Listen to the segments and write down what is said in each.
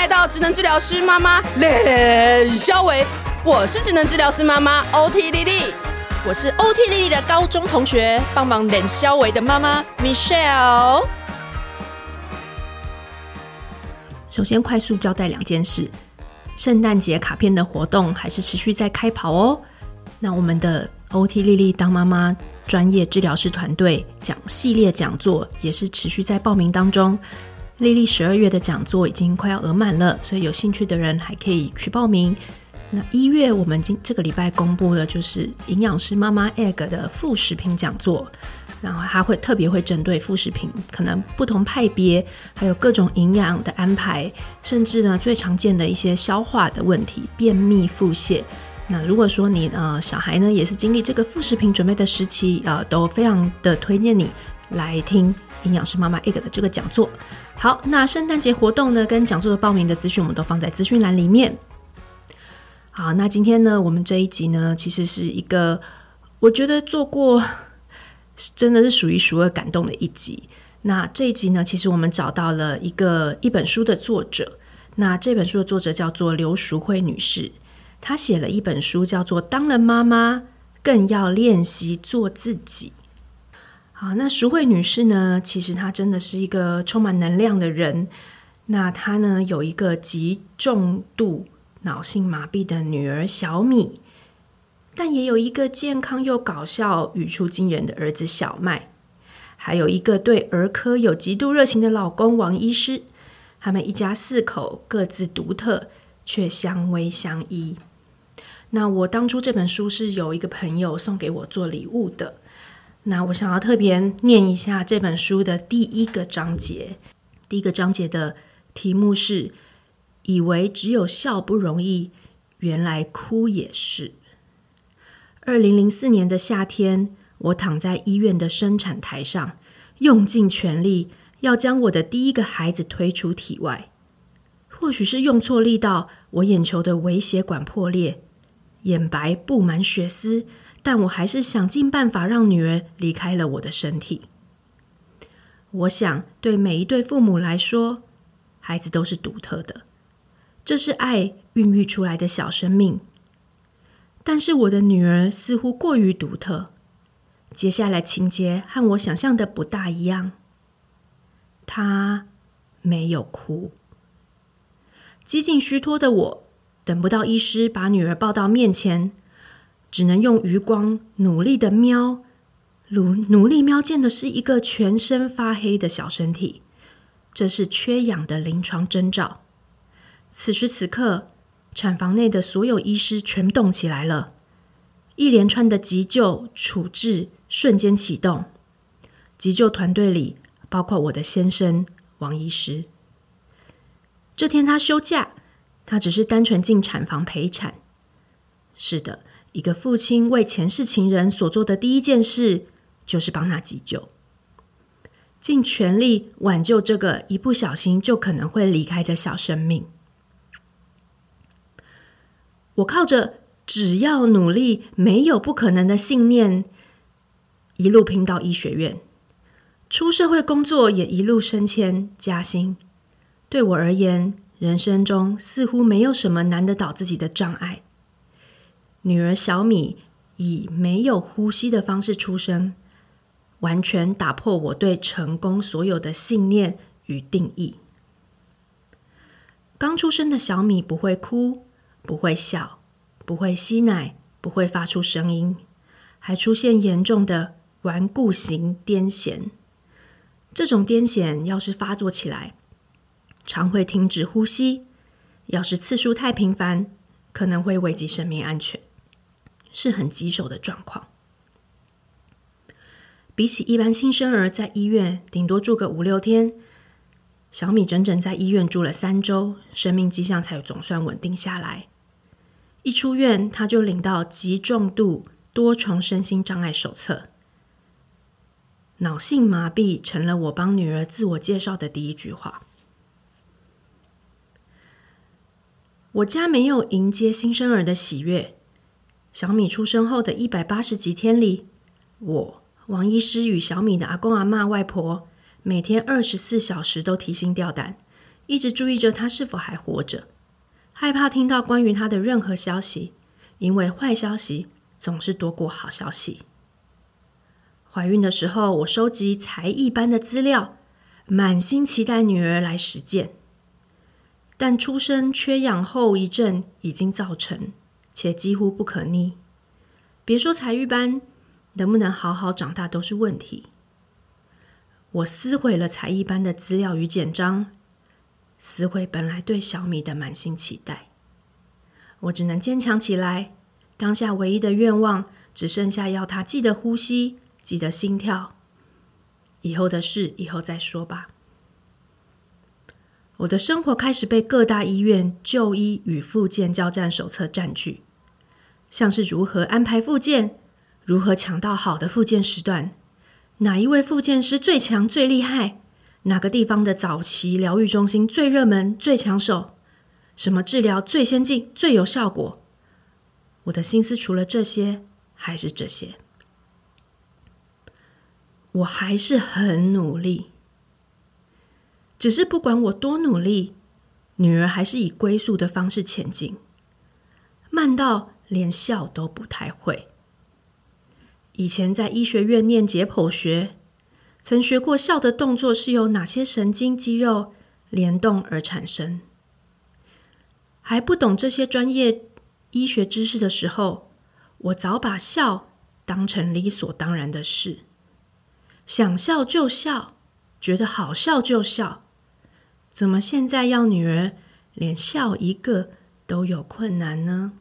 来到职能治疗师妈妈冷肖维，我是职能治疗师妈妈 OT 丽丽， 我是 OT 丽丽的高中同学，帮忙冷肖维的妈妈 Michelle。首先快速交代2件事，圣诞节卡片的活动还是持续在开跑哦。那我们的 OT 丽丽当妈妈专业治疗师团队系列讲座也是持续在报名当中。丽丽12月的讲座已经快要额满了，所以有兴趣的人还可以去报名。那1月我们这个礼拜公布的就是营养师妈妈 egg 的副食品讲座，然后它会特别针对副食品可能不同派别，还有各种营养的安排，甚至呢最常见的一些消化的问题，便秘、腹泻。那如果说你小孩呢也是经历这个副食品准备的时期，都非常的推荐你来听营养师妈妈 egg 的这个讲座。好，那圣诞节活动呢跟讲座的报名的资讯我们都放在资讯栏里面。好，那今天呢我们这一集呢其实是一个我觉得做过真的是数一数二感动的一集。那这一集呢其实我们找到了一本书的作者，那这本书的作者叫做刘淑慧女士，她写了一本书叫做《当了妈妈更要练习做自己》。好，那淑慧女士呢其实她真的是一个充满能量的人。那她呢有一个极重度脑性麻痹的女儿小米，但也有一个健康又搞笑语出惊人的儿子小麦，还有一个对儿科有极度热情的老公王医师。他们一家4口各自独特却相偎相依。那我当初这本书是有一个朋友送给我做礼物的，那我想要特别念一下这本书的第1个章节。第1个章节的题目是以为只有笑不容易，原来哭也是。2004年的夏天，我躺在医院的生产台上，用尽全力要将我的第1个孩子推出体外。或许是用错力道，我眼球的微血管破裂，眼白布满血丝，但我还是想尽办法让女儿离开了我的身体。我想对每一对父母来说，孩子都是独特的，这是爱孕育出来的小生命。但是我的女儿似乎过于独特，接下来情节和我想象的不大一样。她没有哭。几近虚脱的我，等不到医师把女儿抱到面前，只能用余光努力的瞄见的是一个全身发黑的小身体，这是缺氧的临床征兆。此时此刻，产房内的所有医师全动起来了，一连串的急救处置瞬间启动。急救团队里包括我的先生王医师。这天他休假，他只是单纯进产房陪产。是的，一个父亲为前世情人所做的第1件事就是帮他急救，尽全力挽救这个一不小心就可能会离开的小生命。我靠着只要努力没有不可能的信念，一路拼到医学院，出社会工作也一路升迁加薪。对我而言，人生中似乎没有什么难得倒自己的障碍。女儿小米以没有呼吸的方式出生，完全打破我对成功所有的信念与定义。刚出生的小米不会哭，不会笑，不会吸奶，不会发出声音，还出现严重的顽固型癫痫。这种癫痫要是发作起来，常会停止呼吸，要是次数太频繁，可能会危及生命安全，是很棘手的状况。比起一般新生儿在医院顶多住个5-6天，小米整整在医院住了3周，生命迹象才总算稳定下来。一出院，他就领到极重度多重身心障碍手册。脑性麻痹成了我帮女儿自我介绍的第1句话。我家没有迎接新生儿的喜悦。小米出生后的180几天里，我、王医师与小米的阿公阿嬷、外婆每天24小时都提心吊胆， 一直注意着他是否还活着，害怕听到关于他的任何消息，因为坏消息总是多过好消息。怀孕的时候，我收集才艺班的资料，满心期待女儿来实践。但出生缺氧后遗症已经造成，且几乎不可逆。别说才艺班，能不能好好长大都是问题。我撕毁了才艺班的资料与简章，撕毁本来对小米的满心期待。我只能坚强起来，当下唯一的愿望只剩下要他记得呼吸，记得心跳，以后的事以后再说吧。我的生活开始被各大医院就医与复健交战手册占据，像是如何安排复健，如何抢到好的复健时段，哪一位复健师最强最厉害，哪个地方的早期疗愈中心最热门最抢手，什么治疗最先进最有效果。我的心思除了这些还是这些。我还是很努力，只是不管我多努力，女儿还是以龟速的方式前进，慢到连笑都不太会。以前在医学院念解剖学，曾学过笑的动作是由哪些神经肌肉联动而产生。还不懂这些专业医学知识的时候，我早把笑当成理所当然的事，想笑就笑，觉得好笑就笑。怎么现在要女儿连笑一个都有困难呢？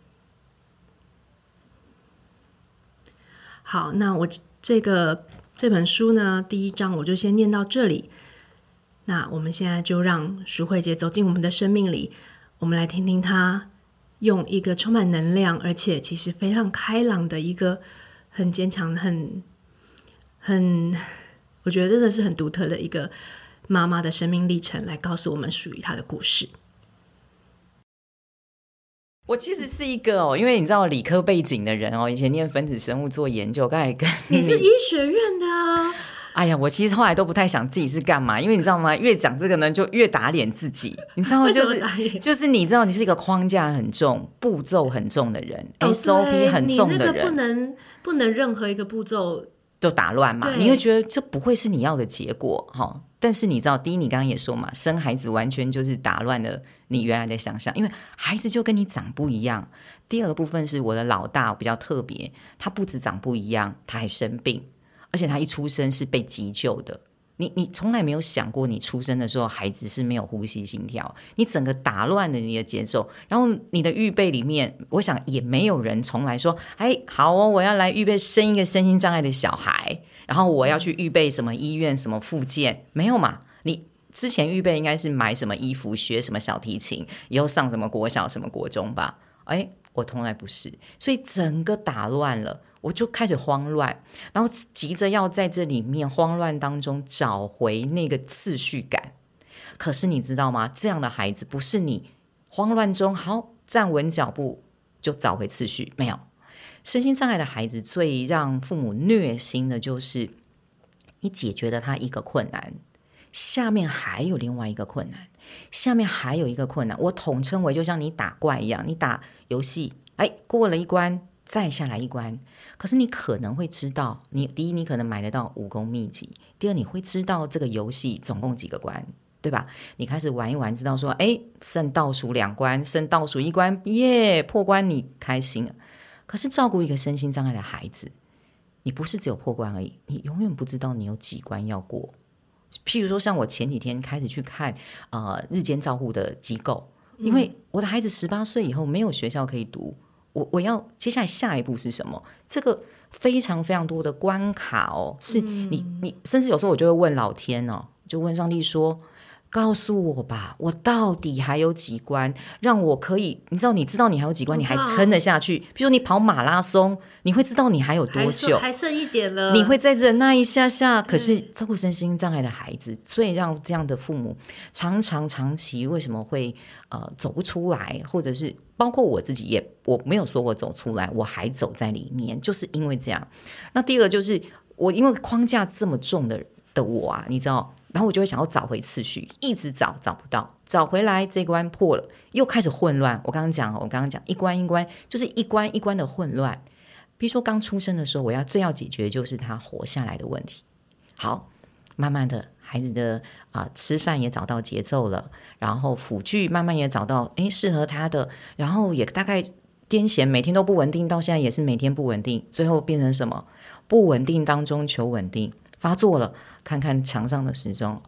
好，那我这本书呢，第一章我就先念到这里。那我们现在就让淑慧姐走进我们的生命里，我们来听听她用一个充满能量，而且其实非常开朗的一个很坚强、我觉得真的是很独特的一个妈妈的生命历程，来告诉我们属于她的故事。 我其实是一个因为你知道理科背景的人以前念分子生物做研究，刚才跟你是医学院的啊。 哎呀，我其实后来都不太想自己是干嘛，因为你知道吗？越讲这个呢，就越打脸自己。你知道吗？就是你知道，你是一个框架很重、步骤很重的人、SOP 很重的人， 你那个不能任何一个步骤就打乱嘛。你会觉得这不会是你要的结果哈。但是你知道，第一，你刚刚也说嘛，生孩子完全就是打乱了你原来的想象，因为孩子就跟你长不一样。第二个部分是我的老大比较特别，他不止长不一样，他还生病，而且他一出生是被急救的。你从来没有想过，你出生的时候孩子是没有呼吸心跳，你整个打乱了你的节奏。然后你的预备里面，我想也没有人从来说，好我要来预备生一个身心障碍的小孩，然后我要去预备什么医院什么复健，没有嘛？你之前预备应该是买什么衣服，学什么小提琴，以后上什么国小什么国中吧。我从来不是，所以整个打乱了，我就开始慌乱，然后急着要在这里面慌乱当中找回那个次序感。可是你知道吗？这样的孩子不是你慌乱中好站稳脚步就找回次序，没有。身心障碍的孩子最让父母虐心的就是你解决了他一个困难，下面还有另外一个困难，下面还有一个困难，我统称为就像你打怪一样，你打游戏过了一关再下来一关。可是你可能会知道，第一你可能买得到武功秘籍，第二你会知道这个游戏总共几个关，对吧？你开始玩一玩，知道说剩倒数2关，剩倒数1关，耶，破关，你开心了。可是照顾一个身心障碍的孩子，你不是只有破关而已，你永远不知道你有几关要过。譬如说像我前几天开始去看日间照护的机构，因为我的孩子18岁以后没有学校可以读，我要接下来下一步是什么？这个非常非常多的关卡是你甚至有时候我就会问老天就问上帝说，告诉我吧，我到底还有几关，让我可以你知道你还有几关，你还撑得下去。比如说你跑马拉松，你会知道你还有多久， 还剩一点了， 你会再忍耐一下下。可是照顾身心障碍的孩子，最让这样的父母长期为什么会走不出来，或者是包括我自己我没有说我走出来，我还走在里面，就是因为这样。那第二个就是我因为框架这么重的的我啊，你知道，然后我就会想要找回次序，一直找不到，找回来这关破了，又开始混乱。我刚刚讲一关一关，就是一关一关的混乱。比如说刚出生的时候，我最要解决的就是他活下来的问题。好，慢慢的孩子的吃饭也找到节奏了，然后辅具慢慢也找到适合他的，然后也大概癫痫每天都不稳定，到现在也是每天不稳定，最后变成什么？不稳定当中求稳定，发作了，看看墙上的时钟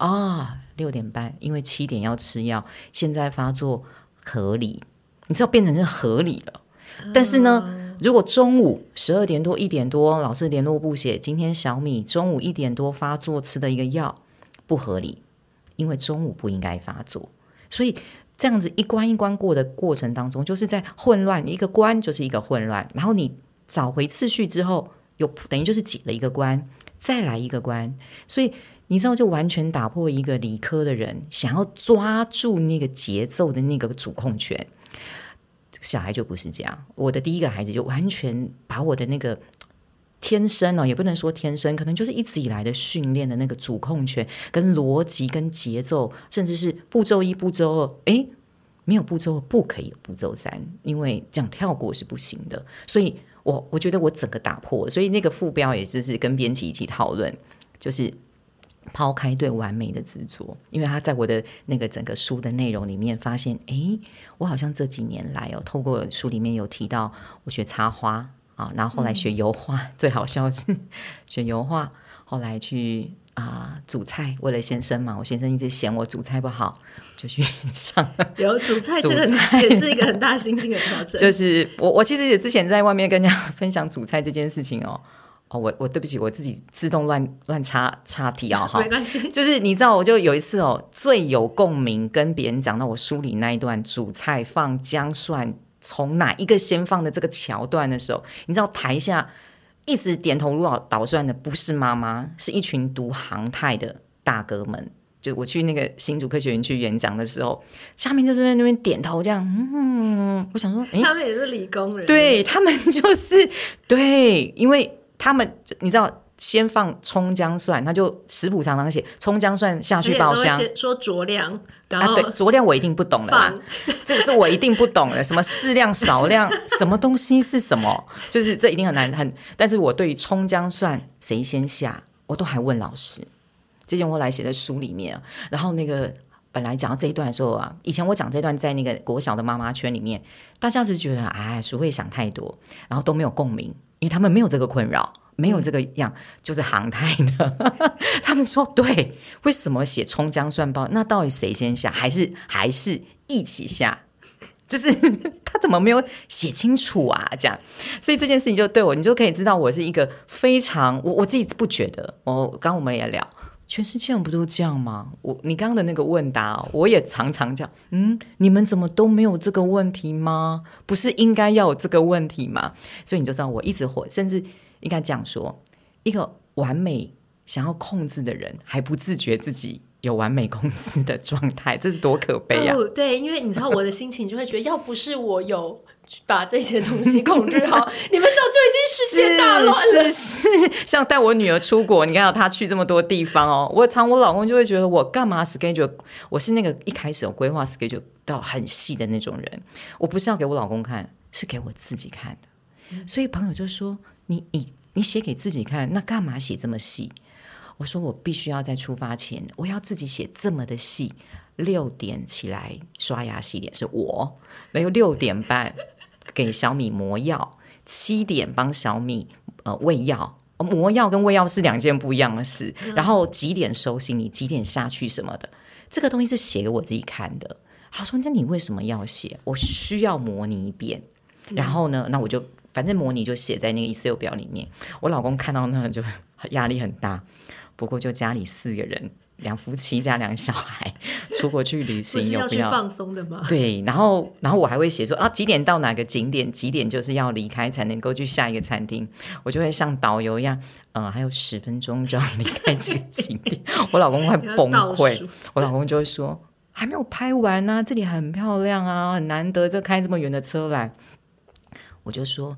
6点半，因为7点要吃药，现在发作合理，你知道变成是合理了。但是呢，如果中午12点多1点多老师联络部写今天小米中午1点多发作吃的一个药不合理，因为中午不应该发作。所以这样子一关一关过的过程当中，就是在混乱，一个关就是一个混乱，然后你找回次序之后，又等于就是解了一个关，再来一个关。所以你知道，就完全打破一个理科的人想要抓住那个节奏的那个主控权。小孩就不是这样，我的第一个孩子就完全把我的那个天生也不能说天生，可能就是一直以来的训练的那个主控权跟逻辑跟节奏，甚至是步骤1步骤2，没有步骤2不可以有步骤3，因为这样跳过是不行的。所以我觉得我整个打破，所以那个副标也是跟编辑一起讨论，就是抛开对完美的执着。因为他在我的那个整个书的内容里面发现，我好像这几年来透过书里面有提到我学插花然后后来学油画，最好笑是学油画，后来去煮菜，为了先生嘛，我先生一直嫌我煮菜不好，就去上有煮菜，这个也是一个很大心境的调整。 就是我其实也之前在外面跟人家分享煮菜这件事情我对不起，我自己自动乱插题没关系。 就是你知道，我就有一次最有共鸣，跟别人讲到我书里那一段煮菜放姜蒜从哪一个先放的这个桥段的时候，你知道台下一直点头如捣蒜的不是妈妈，是一群读航太的大哥们。就我去那个新竹科学园区演讲的时候，下面就在那边点头这样，我想说， 他们也是理工人， 对，他们就是对，因为他们你知道先放葱姜蒜，他就食谱常常写葱姜蒜下去爆香， 说酌量，然后对，酌量我一定不懂了啦，这个是我一定不懂的，什么适量少量什么东西是什么，就是这一定很难但是我对于葱姜蒜谁先下我都还问老师，之前我来写在书里面然后那个本来讲到这一段的时候以前我讲这段在那个国小的妈妈圈里面，大家只觉得淑慧想太多，然后都没有共鸣，因为他们没有这个困扰，没有这个样，就是航太的他们说对，为什么写葱姜蒜爆，那到底谁先下，还是一起下，就是他怎么没有写清楚这样。所以这件事情就对我，你就可以知道我是一个非常我自己不觉得，刚我们也聊全世界人不都这样吗？你刚刚的那个问答我也常常讲，你们怎么都没有这个问题吗？不是应该要有这个问题吗？所以你就知道我一直甚至应该这样说，一个完美想要控制的人还不自觉自己有完美控制的状态，这是多可悲啊！ 对，因为你知道我的心情就会觉得，要不是我有把这些东西控制好，你们早就已经世界大乱了。 是像带我女儿出国，你看到她去这么多地方我老公就会觉得我干嘛 schedule， 我是那个一开始有规划 schedule 到很细的那种人，我不是要给我老公看，是给我自己看的。所以朋友就说你写给自己看，那干嘛写这么细？我说我必须要在出发前，我要自己写这么的细。6点起来刷牙洗脸是我，然后6点半给小米磨药，7点帮小米喂药，磨药跟喂药是2件不一样的事，然后几点收行李，几点下去什么的，这个东西是写给我自己看的。他说那你为什么要写？我需要模拟一遍，然后呢那我就反正模拟就写在那个 Excel 表里面。我老公看到那就压力很大，不过就家里4个人，2夫妻加2小孩出国去旅行， 不是要去放松的吗？ 对，然后我还会写说几点到哪个景点，几点就是要离开才能够去下一个餐厅，我就会像导游一样，还有10分钟就要离开这个景点我老公会崩溃，我老公就会说还没有拍完这里很漂亮很难得，开这么远的车来。我就说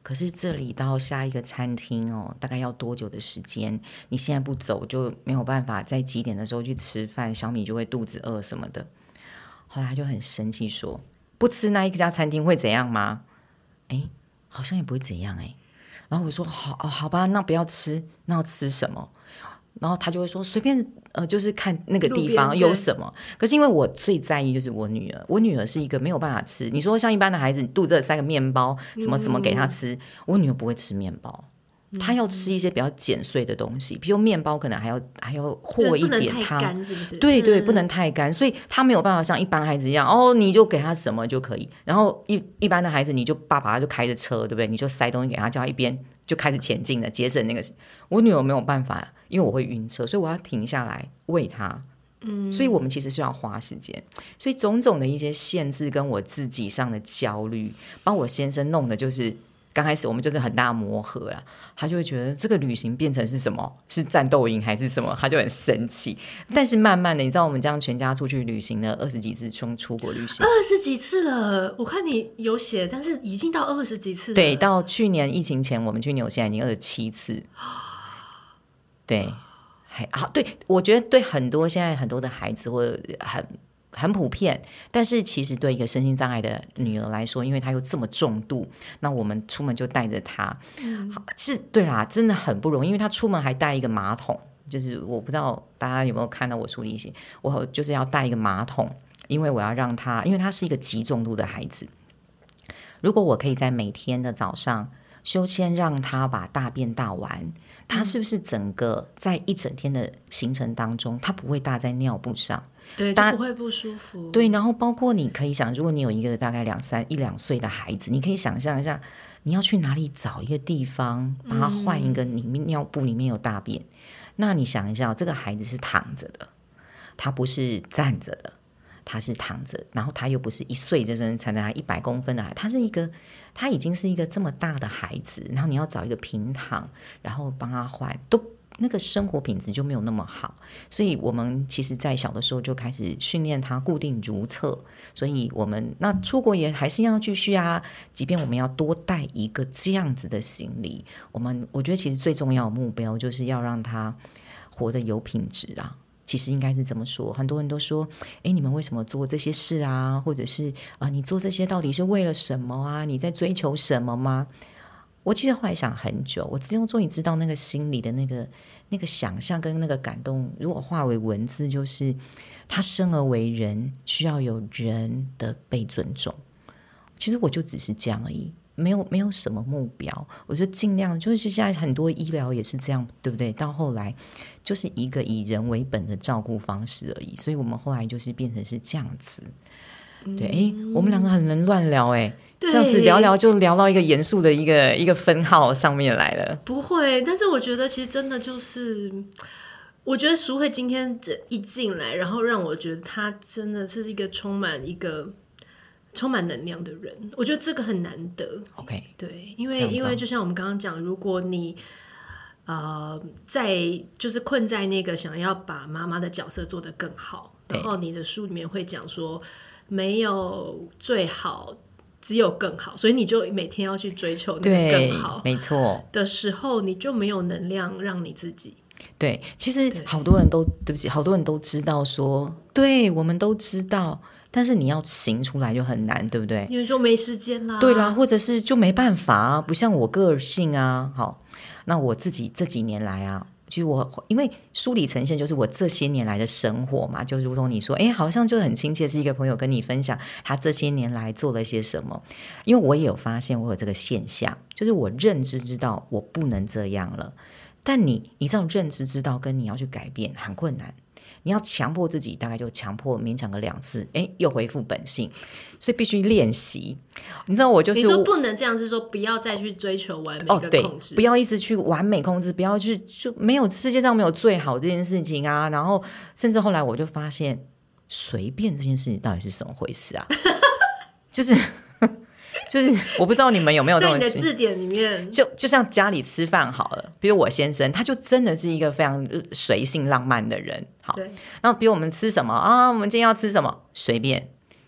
可是这里到下一个餐厅哦，大概要多久的时间？你现在不走就没有办法在几点的时候去吃饭，小米就会肚子饿什么的。后来他就很生气说，不吃那一家餐厅会怎样吗？好像也不会怎样然后我说好吧，那不要吃，那要吃什么？然后他就会说随便就是看那个地方有什么。可是因为我最在意就是我女儿是一个没有办法吃，你说像一般的孩子肚子塞个面包什么什么给她吃，我女儿不会吃面包，她要吃一些比较碱碎的东西，比如面包可能还要和一点汤， 是不是？ 对对，不能太干，所以她没有办法像一般孩子一样你就给她什么就可以。然后一般的孩子你就爸爸就开着车，对不对？你就塞东西给她，叫她一边就开始前进了，节省那个。我女儿没有办法，因为我会晕车，所以我要停下来喂她。所以我们其实是要花时间，所以种种的一些限制跟我自己上的焦虑，把我先生弄的就是刚开始我们就是很大磨合啦，他就会觉得这个旅行变成是什么，是战斗营还是什么，他就很生气。但是慢慢的，你知道我们这样全家出去旅行了20几次，出国旅行 20几次了，我看你有写，但是已经到20几次了。 对，到去年疫情前我们去纽西兰已经27次。对，好，对，我觉得对现在很多的孩子或者很普遍，但是其实对一个身心障碍的女儿来说，因为她又这么重度，那我们出门就带着她，是对啦，真的很不容易，因为她出门还带一个马桶，就是我不知道大家有没有看到我处理我就是要带一个马桶，因为我要让她，因为她是一个极重度的孩子，如果我可以在每天的早上先让她把大便大完，他是不是整个在一整天的行程当中，他不会大在尿布上， 对，就不会不舒服。 对，然后包括你可以想，如果你有一个大概1、2岁的孩子，你可以想象一下，你要去哪里找一个地方帮他换一个尿布里面有大便，那你想一下，这个孩子是躺着的，他不是站着的，他是躺着，然后他又不是1岁就是才拿100公分的孩子，他已经是一个这么大的孩子，然后你要找一个平躺，然后帮他换，那个生活品质就没有那么好。所以我们其实在小的时候就开始训练他固定如厕，所以我们那出国也还是要继续啊，即便我们要多带一个这样子的行李，我觉得其实最重要的目标就是要让他活得有品质啊。其实应该是这么说，很多人都说你们为什么做这些事啊，或者是你做这些到底是为了什么啊，你在追求什么吗？我其实后来想很久，我终于知道那个心里的那个想象跟那个感动，如果化为文字，就是他生而为人需要有人的被尊重。其实我就只是这样而已，没有什么目标，我就尽量，就是现在很多医疗也是这样，对不对？到后来就是一个以人为本的照顾方式而已，所以我们后来就是变成是这样子。对，我们两个很能乱聊这样子聊聊就聊到一个严肃的一个分号上面来了。 不会，但是我觉得其实真的就是，我觉得淑慧今天这一进来，然后让我觉得她真的是一个充满能量的人，我觉得这个很难得。 OK， 对，因为就像我们刚刚讲，如果你在就是困在那个想要把妈妈的角色做得更好，然后你的书里面会讲说没有最好，只有更好，所以你就每天要去追求那个更好， 没错的时候，你就没有能量让你自己。 对，其实好多人都对不起，好多人都知道说，对，我们都知道。但是你要行出来就很难，对不对？ 因为说没时间啦， 对啦，或者是就没办法啊，不像我个性啊。好，那我自己这几年来啊，其实因为书里呈现就是我这些年来的生活嘛，就如同你说，好像就很亲切，是一个朋友跟你分享他这些年来做了些什么。因为我也有发现我有这个现象，就是我认知知道我不能这样了，但你知道认知知道跟你要去改变很困难。你要强迫自己，大概就强迫勉强个2次，又恢复本性，所以必须练习。你知道我就是你说不能这样，是说不要再去追求完美的控制， 对，不要一直去完美控制，不要去就没有世界上没有最好这件事情啊。然后甚至后来我就发现，随便这件事情到底是怎么回事啊？就是我不知道你们有没有这种， 在你的字典里面， 就像家里吃饭好了，比如我先生，他就真的是一个非常随性浪漫的人。好，那比如我们吃什么啊？我们今天要吃什么？随便，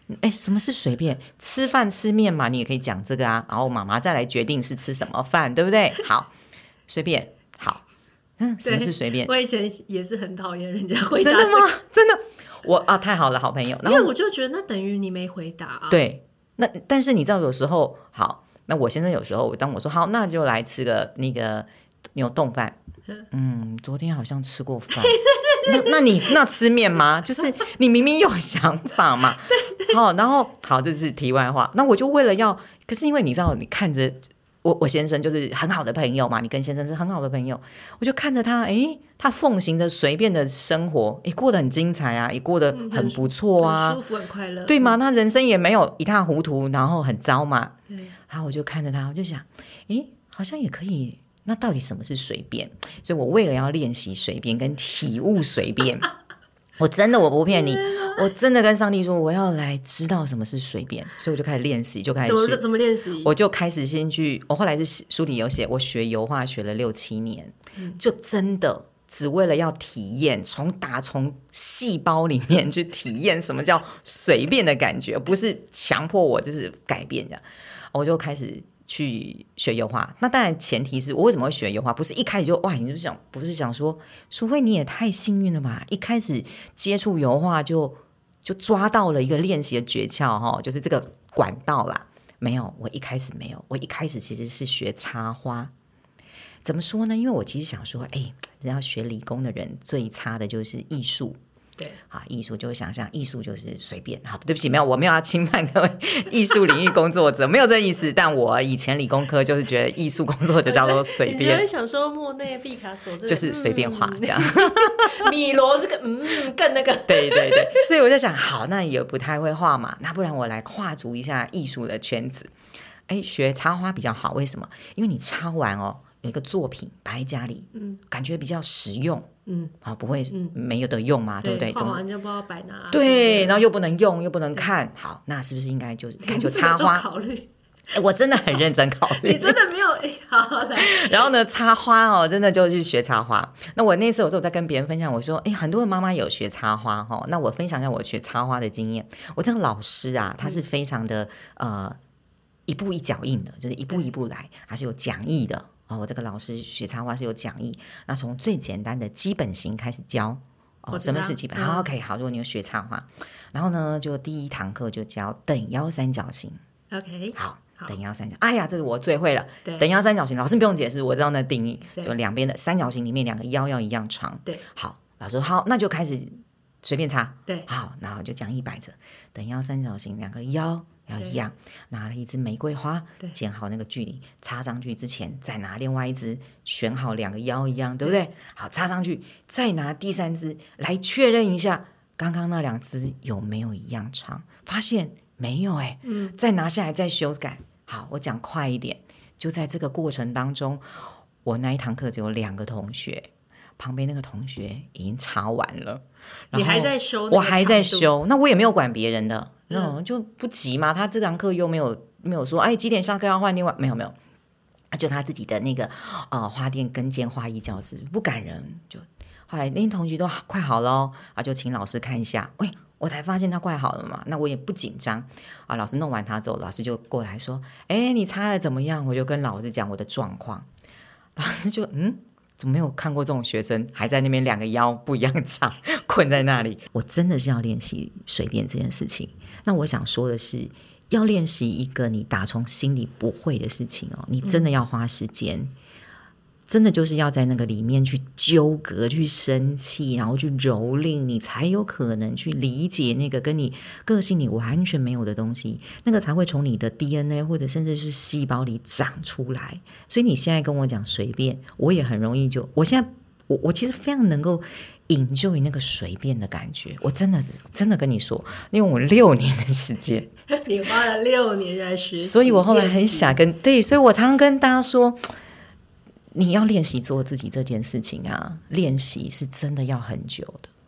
什么是随便？吃饭吃面嘛，你也可以讲这个啊。然后妈妈再来决定是吃什么饭，对不对？好，随便。好，什么是随便？ 我以前也是很讨厌人家回答、 真的吗？真的，太好了，好朋友。然后因为我就觉得那等于你没回答、啊。 对，但是你知道有时候好，那我先生有时候当我说好，那就来吃个那个牛冻饭。昨天好像吃过饭。那吃面吗？就是你明明有想法嘛。好，然后好，这是题外话。那我就为了要，可是因为你知道，你看着我先生就是很好的朋友嘛，你跟先生是很好的朋友，我就看着他，他奉行着随便的生活，过得很精彩啊，也过得很不错啊， 很舒服，很快乐， 对吗？他人生也没有一塌糊涂，然后很糟嘛。然后我就看着他，我就想，好像也可以。那到底什么是随便？所以我为了要练习随便跟体悟随便，我不骗你，我真的跟上帝说我要来知道什么是随便，所以我就开始练习，就开始怎么练习？ 我就开始先去，我后来是书里有写，我学油画学了6-7年，就真的只为了要体验，从细胞里面去体验什么叫随便的感觉，不是强迫我就是改变这样，我就开始去学油画。那当然前提是我为什么会学油画，不是一开始就哇，你不是想说淑慧你也太幸运了吧，一开始接触油画就抓到了一个练习的诀窍，就是这个管道啦。没有，我一开始没有，我一开始其实是学插花。怎么说呢？因为我其实想说，人家学理工的人最差的就是艺术。 对， 好，艺术就会想象艺术就是随便。好，对不起，没有，我没有要侵犯各位艺术领域工作者，没有这意思。但我以前理工科就是觉得艺术工作就叫做随便。 你就会想说莫内、毕卡索就是随便画这样。 米罗这个更那个。 对对对，所以我就想，好，那也不太会画嘛，那不然我来跨足一下艺术的圈子。学插花比较好，为什么？因为你插完有一个作品摆在家里，感觉比较实用，不会没有得用嘛，对不对？ 画完就不知道摆哪。 对，然后又不能用，又不能看，好，那是不是应该就插花？ 考虑。 我真的很认真考虑。 你真的没有好来。 然后呢，插花真的就去学插花。那我那次有时候在跟别人分享，我说，很多的妈妈有学插花那我分享一下我学插花的经验。我这个老师啊，他是非常的一步一脚印的，就是一步一步来，还是有讲义的。我这个老师学插花是有讲义，那从最简单的基本型开始教。什么是基本？好 ，OK， 好，如果你有学插花，然后呢，就第一堂课就教等腰三角形。 OK， 好，等腰三角，哎呀，这是我最会了。等腰三角形，老师不用解释，我知道那定义，就两边的三角形里面两个腰要一样长。 对， 好，老师好，那就开始随便插。 对， 好，然后就讲义摆着，等腰三角形两个腰要一样，拿了一支玫瑰花，剪好那个距离，插上去之前再拿另外一支，选好两个腰一样，对不对？好，插上去，再拿第三支来确认一下刚刚那两支有没有一样长，发现没有再拿下来再修改。好，我讲快一点，就在这个过程当中，我那一堂课只有2个同学，旁边那个同学已经插完了， 你还在修， 我还在修，那我也没有管别人的，就不急嘛。他这堂课又没有说，几点下课要换另外，没有，就他自己的那个花店跟间花艺教室，不赶人。就后来那些同学都快好了就请老师看一下，我才发现他快好了嘛，那我也不紧张老师弄完他之后，老师就过来说，你插的怎么样？我就跟老师讲我的状况，老师就怎么没有看过这种学生还在那边两个腰不一样长困在那里？我真的是要练习随便这件事情。那我想说的是，要练习一个你打从心里不会的事情你真的要花时间，真的就是要在那个里面去纠葛，去生气，然后去蹂躏，你才有可能去理解那个跟你个性里完全没有的东西，那个才会从你的 DNA 或者甚至是细胞里长出来。所以你现在跟我讲随便，我也很容易我现在我其实非常能够enjoy那个随便的感觉。我真的跟你说，因为我6年的时间你花了6年来学习， 所以我后来很想所以我常常跟大家说，你要练习做自己这件事情练习是真的要很久的。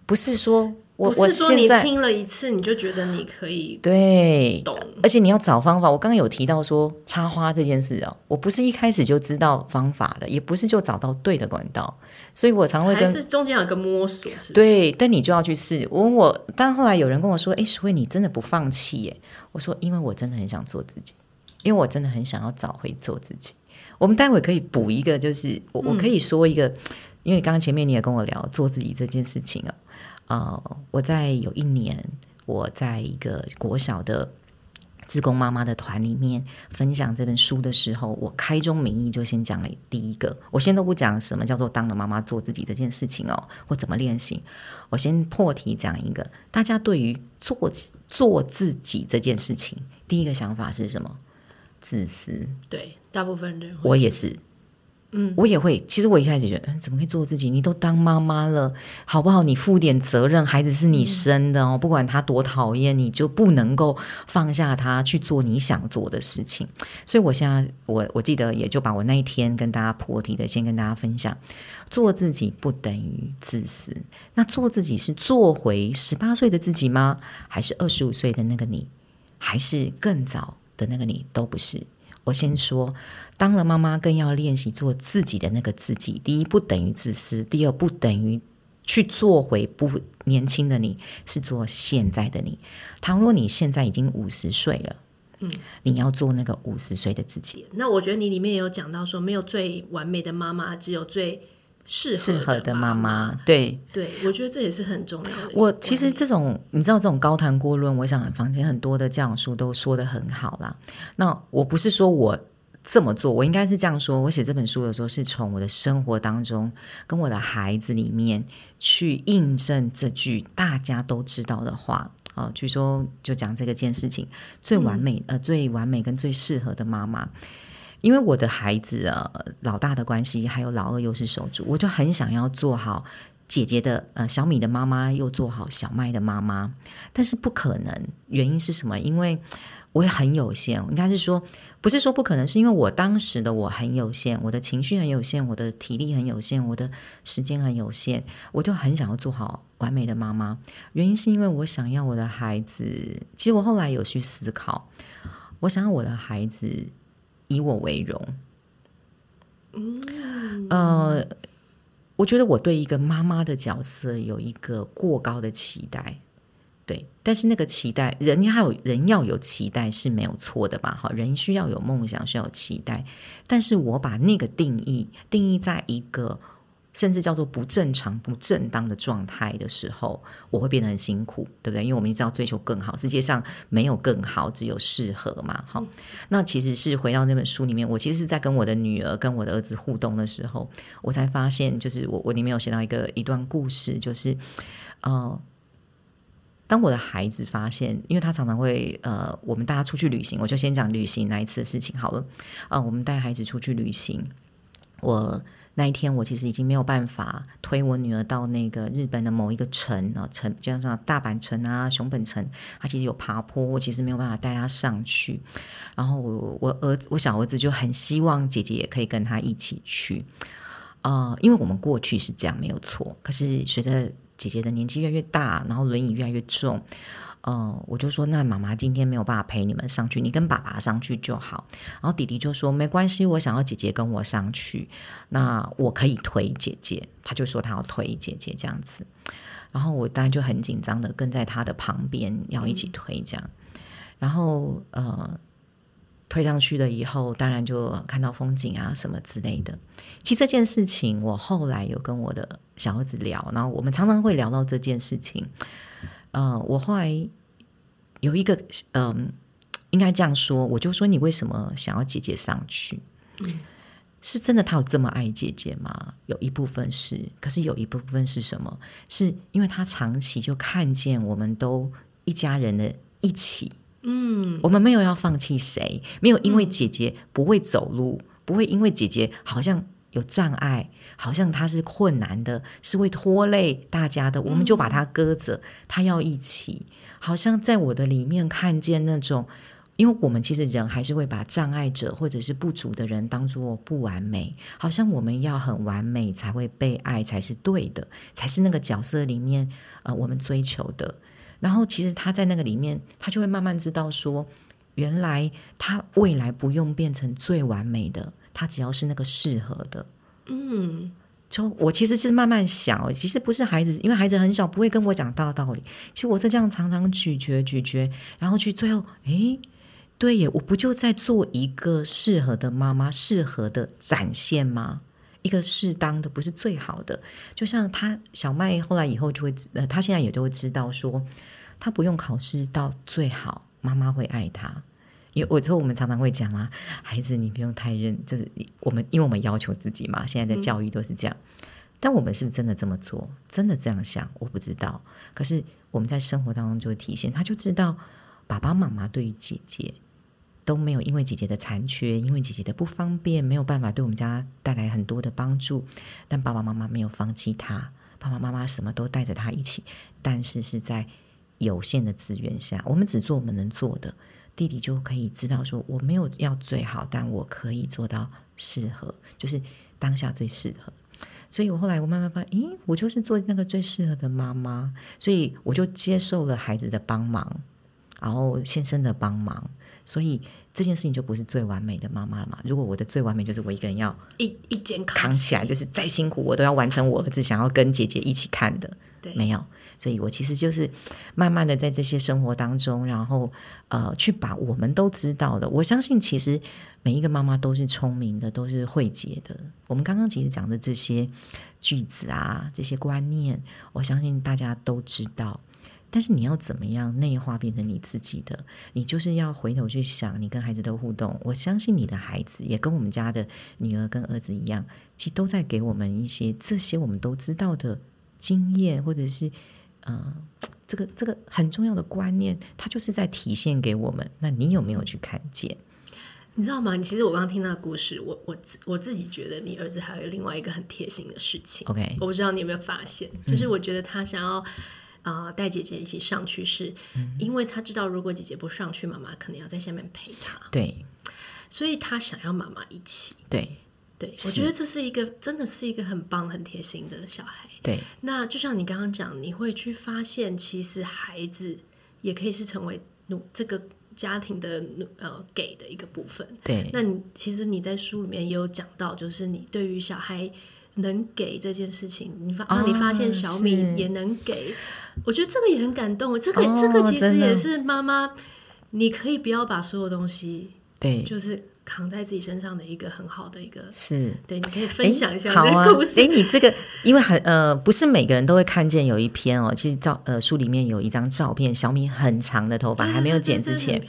不是说我不是说你现在听了一次你就觉得你可以对懂， 而且你要找方法。我刚刚有提到说插花这件事我不是一开始就知道方法的，也不是就找到对的管道，所以我常会还是中间有个摸索，是不是？ 对，但你就要去试。但后来有人跟我说，所以你真的不放弃耶？我说因为我真的很想做自己，因为我真的很想要找回做自己。我们待会可以补一个，就是我可以说一个，因为刚刚前面你也跟我聊做自己这件事情我在有一年我在一个国小的志工妈妈的团里面分享这本书的时候，我开宗明义就先讲了第一个，我先都不讲什么叫做当了妈妈做自己这件事情或怎么练习，我先破题讲一个，大家对于做自己这件事情第一个想法是什么？自私。 对，大部分人会， 我也是，我也会。其实我一开始觉得，怎么可以做自己？你都当妈妈了，好不好？你负点责任，孩子是你生的不管他多讨厌，你就不能够放下他去做你想做的事情。所以我现在，我记得也就把我那一天跟大家破题的，先跟大家分享，做自己不等于自私。那做自己是做回18岁的自己吗？还是25岁的那个你？还是更早的那个你？都不是。我先说，当了妈妈更要练习做自己的那个自己。第一，不等于自私；第二，不等于去做回不年轻的你，是做现在的你。倘若你现在已经50岁了，你要做那个50岁的自己。 那我觉得你里面也有讲到说，没有最完美的妈妈，只有最适合的妈妈。 对， 我觉得这也是很重要的。 我其实这种你知道，这种高谈阔论，我想房间很多的教养书都说得很好啦。那我不是说我这么做，我应该是这样说，我写这本书的时候是从我的生活当中跟我的孩子里面去印证这句大家都知道的话。据说就讲这件事情，最完美跟最适合的妈妈。因为我的孩子老大的关系，还有老二又是手足，我就很想要做好姐姐的小米的妈妈，又做好小麦的妈妈，但是不可能。原因是什么？因为我也很有限，应该是说不是说不可能，是因为我当时的我很有限，我的情绪很有限，我的体力很有限，我的时间很有限，我就很想要做好完美的妈妈。原因是因为我想要我的孩子，其实我后来有去思考，我想要我的孩子以我为荣。我觉得我对一个妈妈的角色有一个过高的期待，对，但是那个期待，人要有期待是没有错的嘛，人需要有梦想，需要有期待，但是我把那个定义在一个甚至叫做不正常、不正当的状态的时候，我会变得很辛苦，对不对？因为我们一直要追求更好，世界上没有更好，只有适合嘛。那其实是回到那本书里面，我其实是在跟我的女儿、跟我的儿子互动的时候，我才发现，就是我里面有写到一段故事，就是当我的孩子发现，因为他常常会我们大家出去旅行，我就先讲旅行那一次的事情好了。我们带孩子出去旅行，那一天我其实已经没有办法推我女儿到那个日本的某一个城，就像大阪城啊、熊本城，它其实有爬坡，我其实没有办法带她上去。然后我小儿子就很希望姐姐也可以跟他一起去，因为我们过去是这样没有错，可是随着姐姐的年纪越来越大，然后轮椅越来越重，我就说那妈妈今天没有办法陪你们上去，你跟爸爸上去就好。然后弟弟就说没关系，我想要姐姐跟我上去，那我可以推姐姐，他就说他要推姐姐这样子。然后我当然就很紧张的跟在他的旁边要一起推这样。然后推上去了以后，当然就看到风景啊什么之类的。其实这件事情我后来有跟我的小儿子聊，然后我们常常会聊到这件事情。我后来有一个应该这样说，我就说你为什么想要姐姐上去？是真的他有这么爱姐姐吗？有一部分是，可是有一部分是什么？是因为他长期就看见我们都一家人的一起，我们没有要放弃谁，没有因为姐姐不会走路，不会因为姐姐好像有障碍，好像她是困难的，是会拖累大家的，我们就把她搁着，她要一起。好像在我的里面看见那种因为我们其实人还是会把障碍者或者是不足的人当作不完美，好像我们要很完美才会被爱，才是对的，才是那个角色里面我们追求的。然后其实他在那个里面，他就会慢慢知道说，原来他未来不用变成最完美的，他只要是那个适合的。就我其实是慢慢想，其实不是孩子，因为孩子很小，不会跟我讲大道理。其实我是这样常常咀嚼，然后去最后，对耶，我不就在做一个适合的妈妈，适合的展现吗？一个适当的，不是最好的。就像他小麦后来以后就会，他现在也就会知道说，他不用考试到最好，妈妈会爱他。因为我们常常会讲啊，孩子你不用太认，就是因为我们要求自己嘛，现在的教育都是这样。但我们是不是真的这么做，真的这样想，我不知道。可是我们在生活当中就会体现，他就知道爸爸妈妈对于姐姐都没有因为姐姐的残缺，因为姐姐的不方便，没有办法对我们家带来很多的帮助，但爸爸妈妈没有放弃他，爸爸妈妈什么都带着他一起，但是是在有限的资源下，我们只做我们能做的，弟弟就可以知道说，我没有要最好，但我可以做到适合，就是当下最适合。所以我后来我慢慢发现，我就是做那个最适合的妈妈，所以我就接受了孩子的帮忙，然后先生的帮忙，所以这件事情就不是最完美的妈妈了嘛。如果我的最完美就是我一个人要一肩扛起来，就是再辛苦我都要完成我儿子想要跟姐姐一起看的，没有。所以我其实就是慢慢的在这些生活当中，然后去把我们都知道的，我相信其实每一个妈妈都是聪明的，都是慧解的。我们刚刚其实讲的这些句子啊，这些观念，我相信大家都知道。但是你要怎么样内化变成你自己的，你就是要回头去想你跟孩子的互动。我相信你的孩子也跟我们家的女儿跟儿子一样，其实都在给我们一些这些我们都知道的经验，或者是这个很重要的观念，它就是在体现给我们。那你有没有去看见？ 你知道吗？其实我刚刚听那个故事，我自己觉得你儿子还有另外一个很贴心的事情。 OK， 我不知道你有没有发现，就是我觉得他想要带姐姐一起上去是，因为他知道如果姐姐不上去，妈妈可能要在下面陪他。 对， 所以他想要妈妈一起。 对， 我觉得这是一个真的是一个很棒很贴心的小孩。 对， 那就像你刚刚讲，你会去发现其实孩子也可以是成为这个家庭的给的一个部分。 对， 那其实你在书里面也有讲到，就是你对于小孩能给这件事情，让你发现小米也能给，我觉得这个也很感动。这个其实也是妈妈，你可以不要把所有东西对，就是扛在自己身上的一个很好的一个，是对，你可以分享一下你的故事。 你这个因为不是每个人都会看见有一篇哦，其实书里面有一张照片，小米很长的头发，还没有剪之前，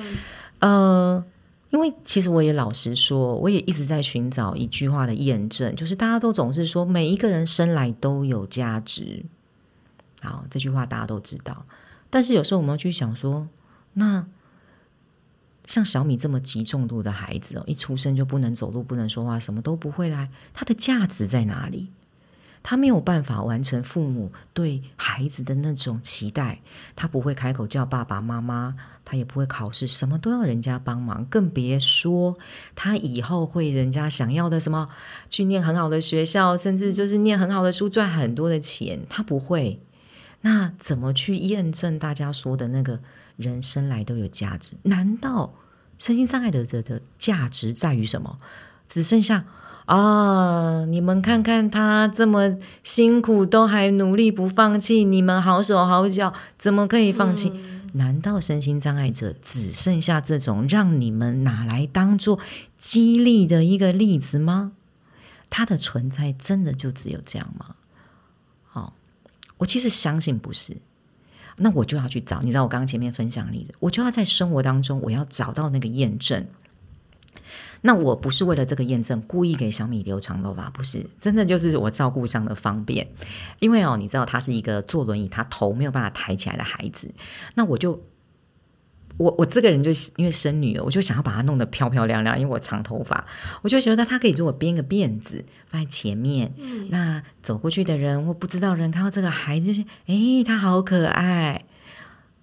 因为其实我也老实说，我也一直在寻找一句话的验证，就是大家都总是说每一个人生来都有价值，好，这句话大家都知道，但是有时候我们要去想说，那像小米这么极重度的孩子一出生就不能走路，不能说话，什么都不会来，他的价值在哪里？他没有办法完成父母对孩子的那种期待，他不会开口叫爸爸妈妈，他也不会考试，什么都要人家帮忙，更别说他以后会人家想要的什么去念很好的学校，甚至就是念很好的书，赚很多的钱，他不会。那怎么去验证大家说的那个人生来都有价值？难道身心障碍者的价值在于什么？只剩下你们看看他这么辛苦都还努力不放弃，你们好手好脚怎么可以放弃？难道身心障碍者只剩下这种让你们拿来当做激励的一个例子吗？他的存在真的就只有这样吗？我其实相信不是。那我就要去找，你知道我刚刚前面分享你的，我就要在生活当中我要找到那个验证。那我不是为了这个验证故意给小米留长头发，不是，真的就是我照顾上的方便。因为你知道他是一个坐轮椅，他头没有办法抬起来的孩子，那我这个人就因为生女儿，我就想要把她弄得漂漂亮亮，因为我长头发，我就觉得她可以给我编个辫子放在前面，那走过去的人或不知道人看到这个孩子就是他好可爱。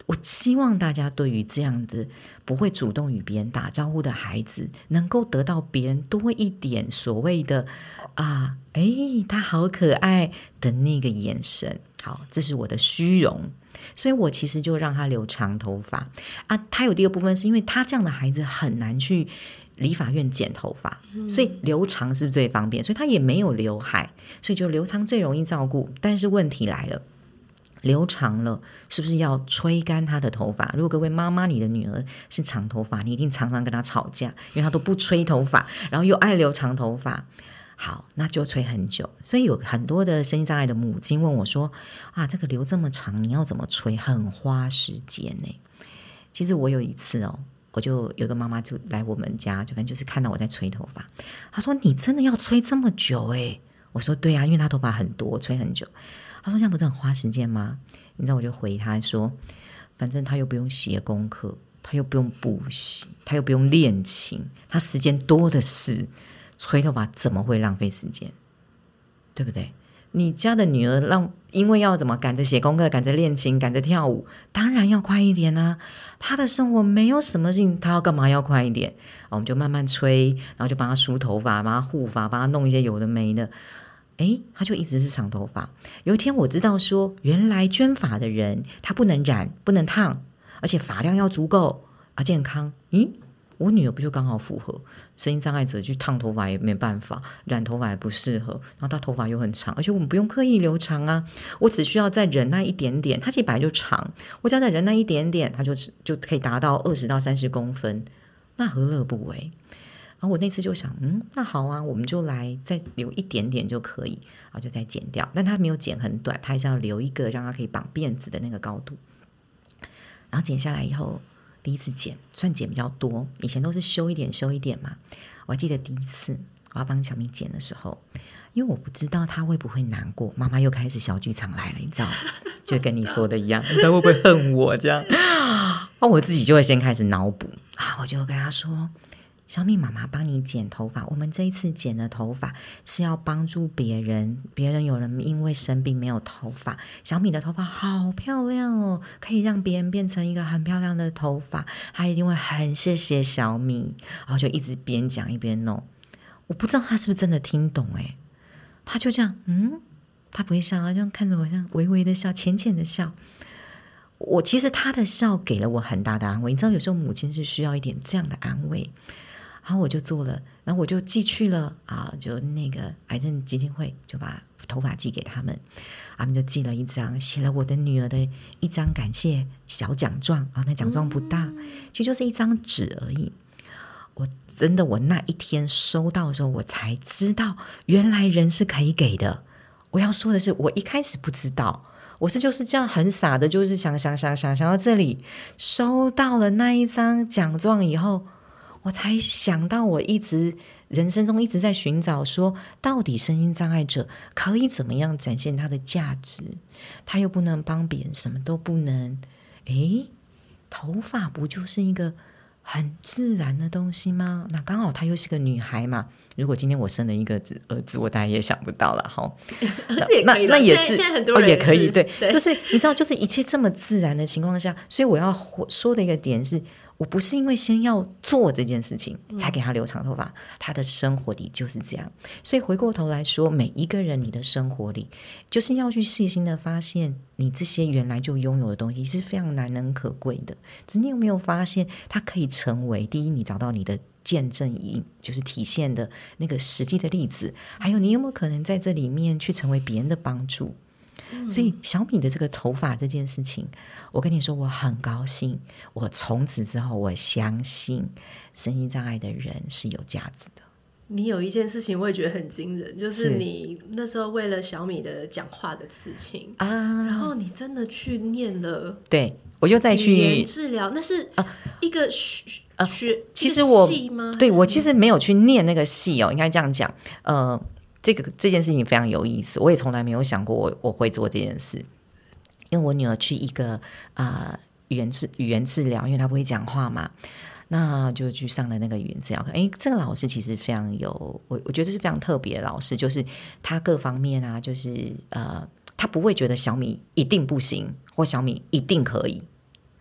我希望大家对于这样的不会主动与别人打招呼的孩子，能够得到别人多一点所谓的他好可爱的那个眼神。好，这是我的虚荣，所以我其实就让他留长头发他有第二部分是因为他这样的孩子很难去理发院剪头发，所以留长是不是最方便？所以他也没有刘海，所以就留长最容易照顾。但是问题来了，留长了是不是要吹干他的头发？如果各位妈妈你的女儿是长头发，你一定常常跟她吵架，因为她都不吹头发，然后又爱留长头发。好，那就吹很久。所以有很多的身心障碍的母亲问我说这个留这么长你要怎么吹？很花时间呢。其实我有一次我就有个妈妈就来我们家，就反正就是看到我在吹头发，她说你真的要吹这么久我说对啊，因为她头发很多，吹很久。她说这样不是很花时间吗？你知道我就回她说，反正她又不用写功课，她又不用补习，她又不用练琴，她时间多的是，吹头发怎么会浪费时间？对不对？你家的女儿因为要怎么赶着写功课，赶着练琴，赶着跳舞，当然要快一点啊。她的生活没有什么事情，她要干嘛要快一点？我们就慢慢吹，然后就帮她梳头发，帮她护发，帮她弄一些有的没的。她就一直是长头发。有一天我知道说，原来捐发的人他不能染，不能烫，而且发量要足够健康。我女儿不就刚好符合？身心障碍者去烫头发也没办法，染头发也不适合，然后她头发又很长，而且我们不用刻意留长啊，我只需要再忍耐一点点，她其实本来就长，我只要再忍耐一点点，她就可以达到20到30公分，那何乐不为？然后我那次就想，那好啊，我们就来再留一点点就可以，然后就再剪掉。但她没有剪很短，她还是要留一个让她可以绑辫子的那个高度。然后剪下来以后，第一次剪算剪比较多，以前都是修一点嘛。我还记得第一次我要帮小米剪的时候，因为我不知道她会不会难过，妈妈又开始小剧场来了，你知道吗？就跟你说的一样，你知道会不会恨我这样？我自己就会先开始脑补我就跟她说，小米妈妈帮你剪头发，我们这一次剪的头发是要帮助别人有人因为生病没有头发，小米的头发好漂亮可以让别人变成一个很漂亮的头发，他一定会很谢谢小米。然后就一直边讲一边弄，我不知道他是不是真的听懂他就这样他不会笑就这样看着我，这样微微的笑，浅浅的笑。其实他的笑给了我很大的安慰，你知道有时候母亲是需要一点这样的安慰。然后我就做了，然后我就寄去了就那个癌症基金会，就把头发寄给他们，他们就寄了一张，写了我的女儿的一张感谢小奖状那奖状不大，其实就是一张纸而已。我那一天收到的时候，我才知道原来人是可以给的。我要说的是，我一开始不知道，我就是这样很傻的，就是想到这里，收到了那一张奖状以后，我才想到我人生中一直在寻找说，到底身心障碍者可以怎么样展现他的价值，他又不能帮别人，什么都不能。头发不就是一个很自然的东西吗？那刚好她又是个女孩嘛，如果今天我生了一个儿子，我当然也想不到了儿子也可以， 那也是现在很多人也可以，对， 对， 就是你知道，就是一切这么自然的情况下，所以我要说的一个点是，我不是因为先要做这件事情才给他留长头发，他的生活里就是这样。所以回过头来说，每一个人你的生活里就是要去细心的发现你这些原来就拥有的东西是非常难能可贵的，只是你有没有发现它可以成为第一，你找到你的见证就是体现的那个实际的例子，还有你有没有可能在这里面去成为别人的帮助。所以小米的这个头发这件事情，我跟你说我很高兴，我从此之后我相信身心障碍的人是有价值的。 你有一件事情我也觉得很惊人，就是你那时候为了小米的讲话的事情然后你真的去念了， 对，我就再去语言治疗，那是一个学其实我系吗？ 对，我其实没有去念那个系应该这样讲。这件事情非常有意思，我也从来没有想过我会做这件事。因为我女儿去一个语言治疗，因为她不会讲话嘛，那就去上了那个语言治疗课。这个老师其实非常有，我觉得是非常特别的老师，就是他各方面就是他不会觉得小米一定不行或小米一定可以，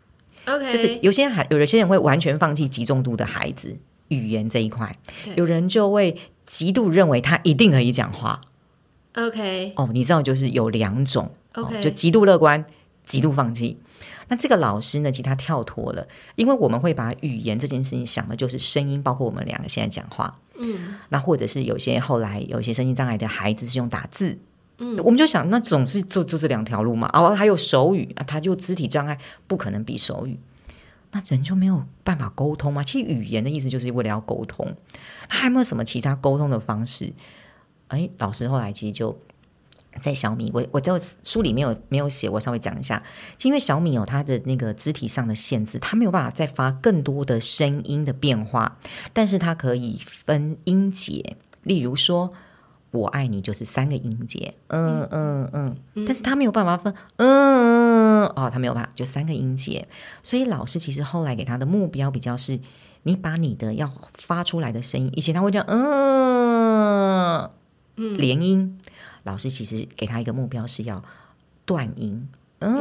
OK， 就是有些人会完全放弃极重度的孩子语言这一块，有人就会极度认为他一定可以讲话。 OK， 你知道就是有2种， OK， 就极度乐观，极度放弃。那这个老师呢，其实他跳脱了，因为我们会把语言这件事情想的就是声音，包括我们2个现在讲话，那或者是后来有一些身心障碍的孩子是用打字，我们就想那总是就这2条路嘛，还有手语，他就肢体障碍不可能比手语，那人就没有办法沟通吗？其实语言的意思就是为了要沟通，还有没有什么其他沟通的方式？老师后来其实就在小米，我在书里没有写，我稍微讲一下。因为小米有它的那个肢体上的限制，它没有办法再发更多的声音的变化，但是它可以分音节，例如说我爱你就是3个音节，但是它没有办法分它没有办法就3个音节，所以老师其实后来给他的目标比较是，你把你的要发出来的声音，以前他会讲连音，老师其实给他一个目标是要断音，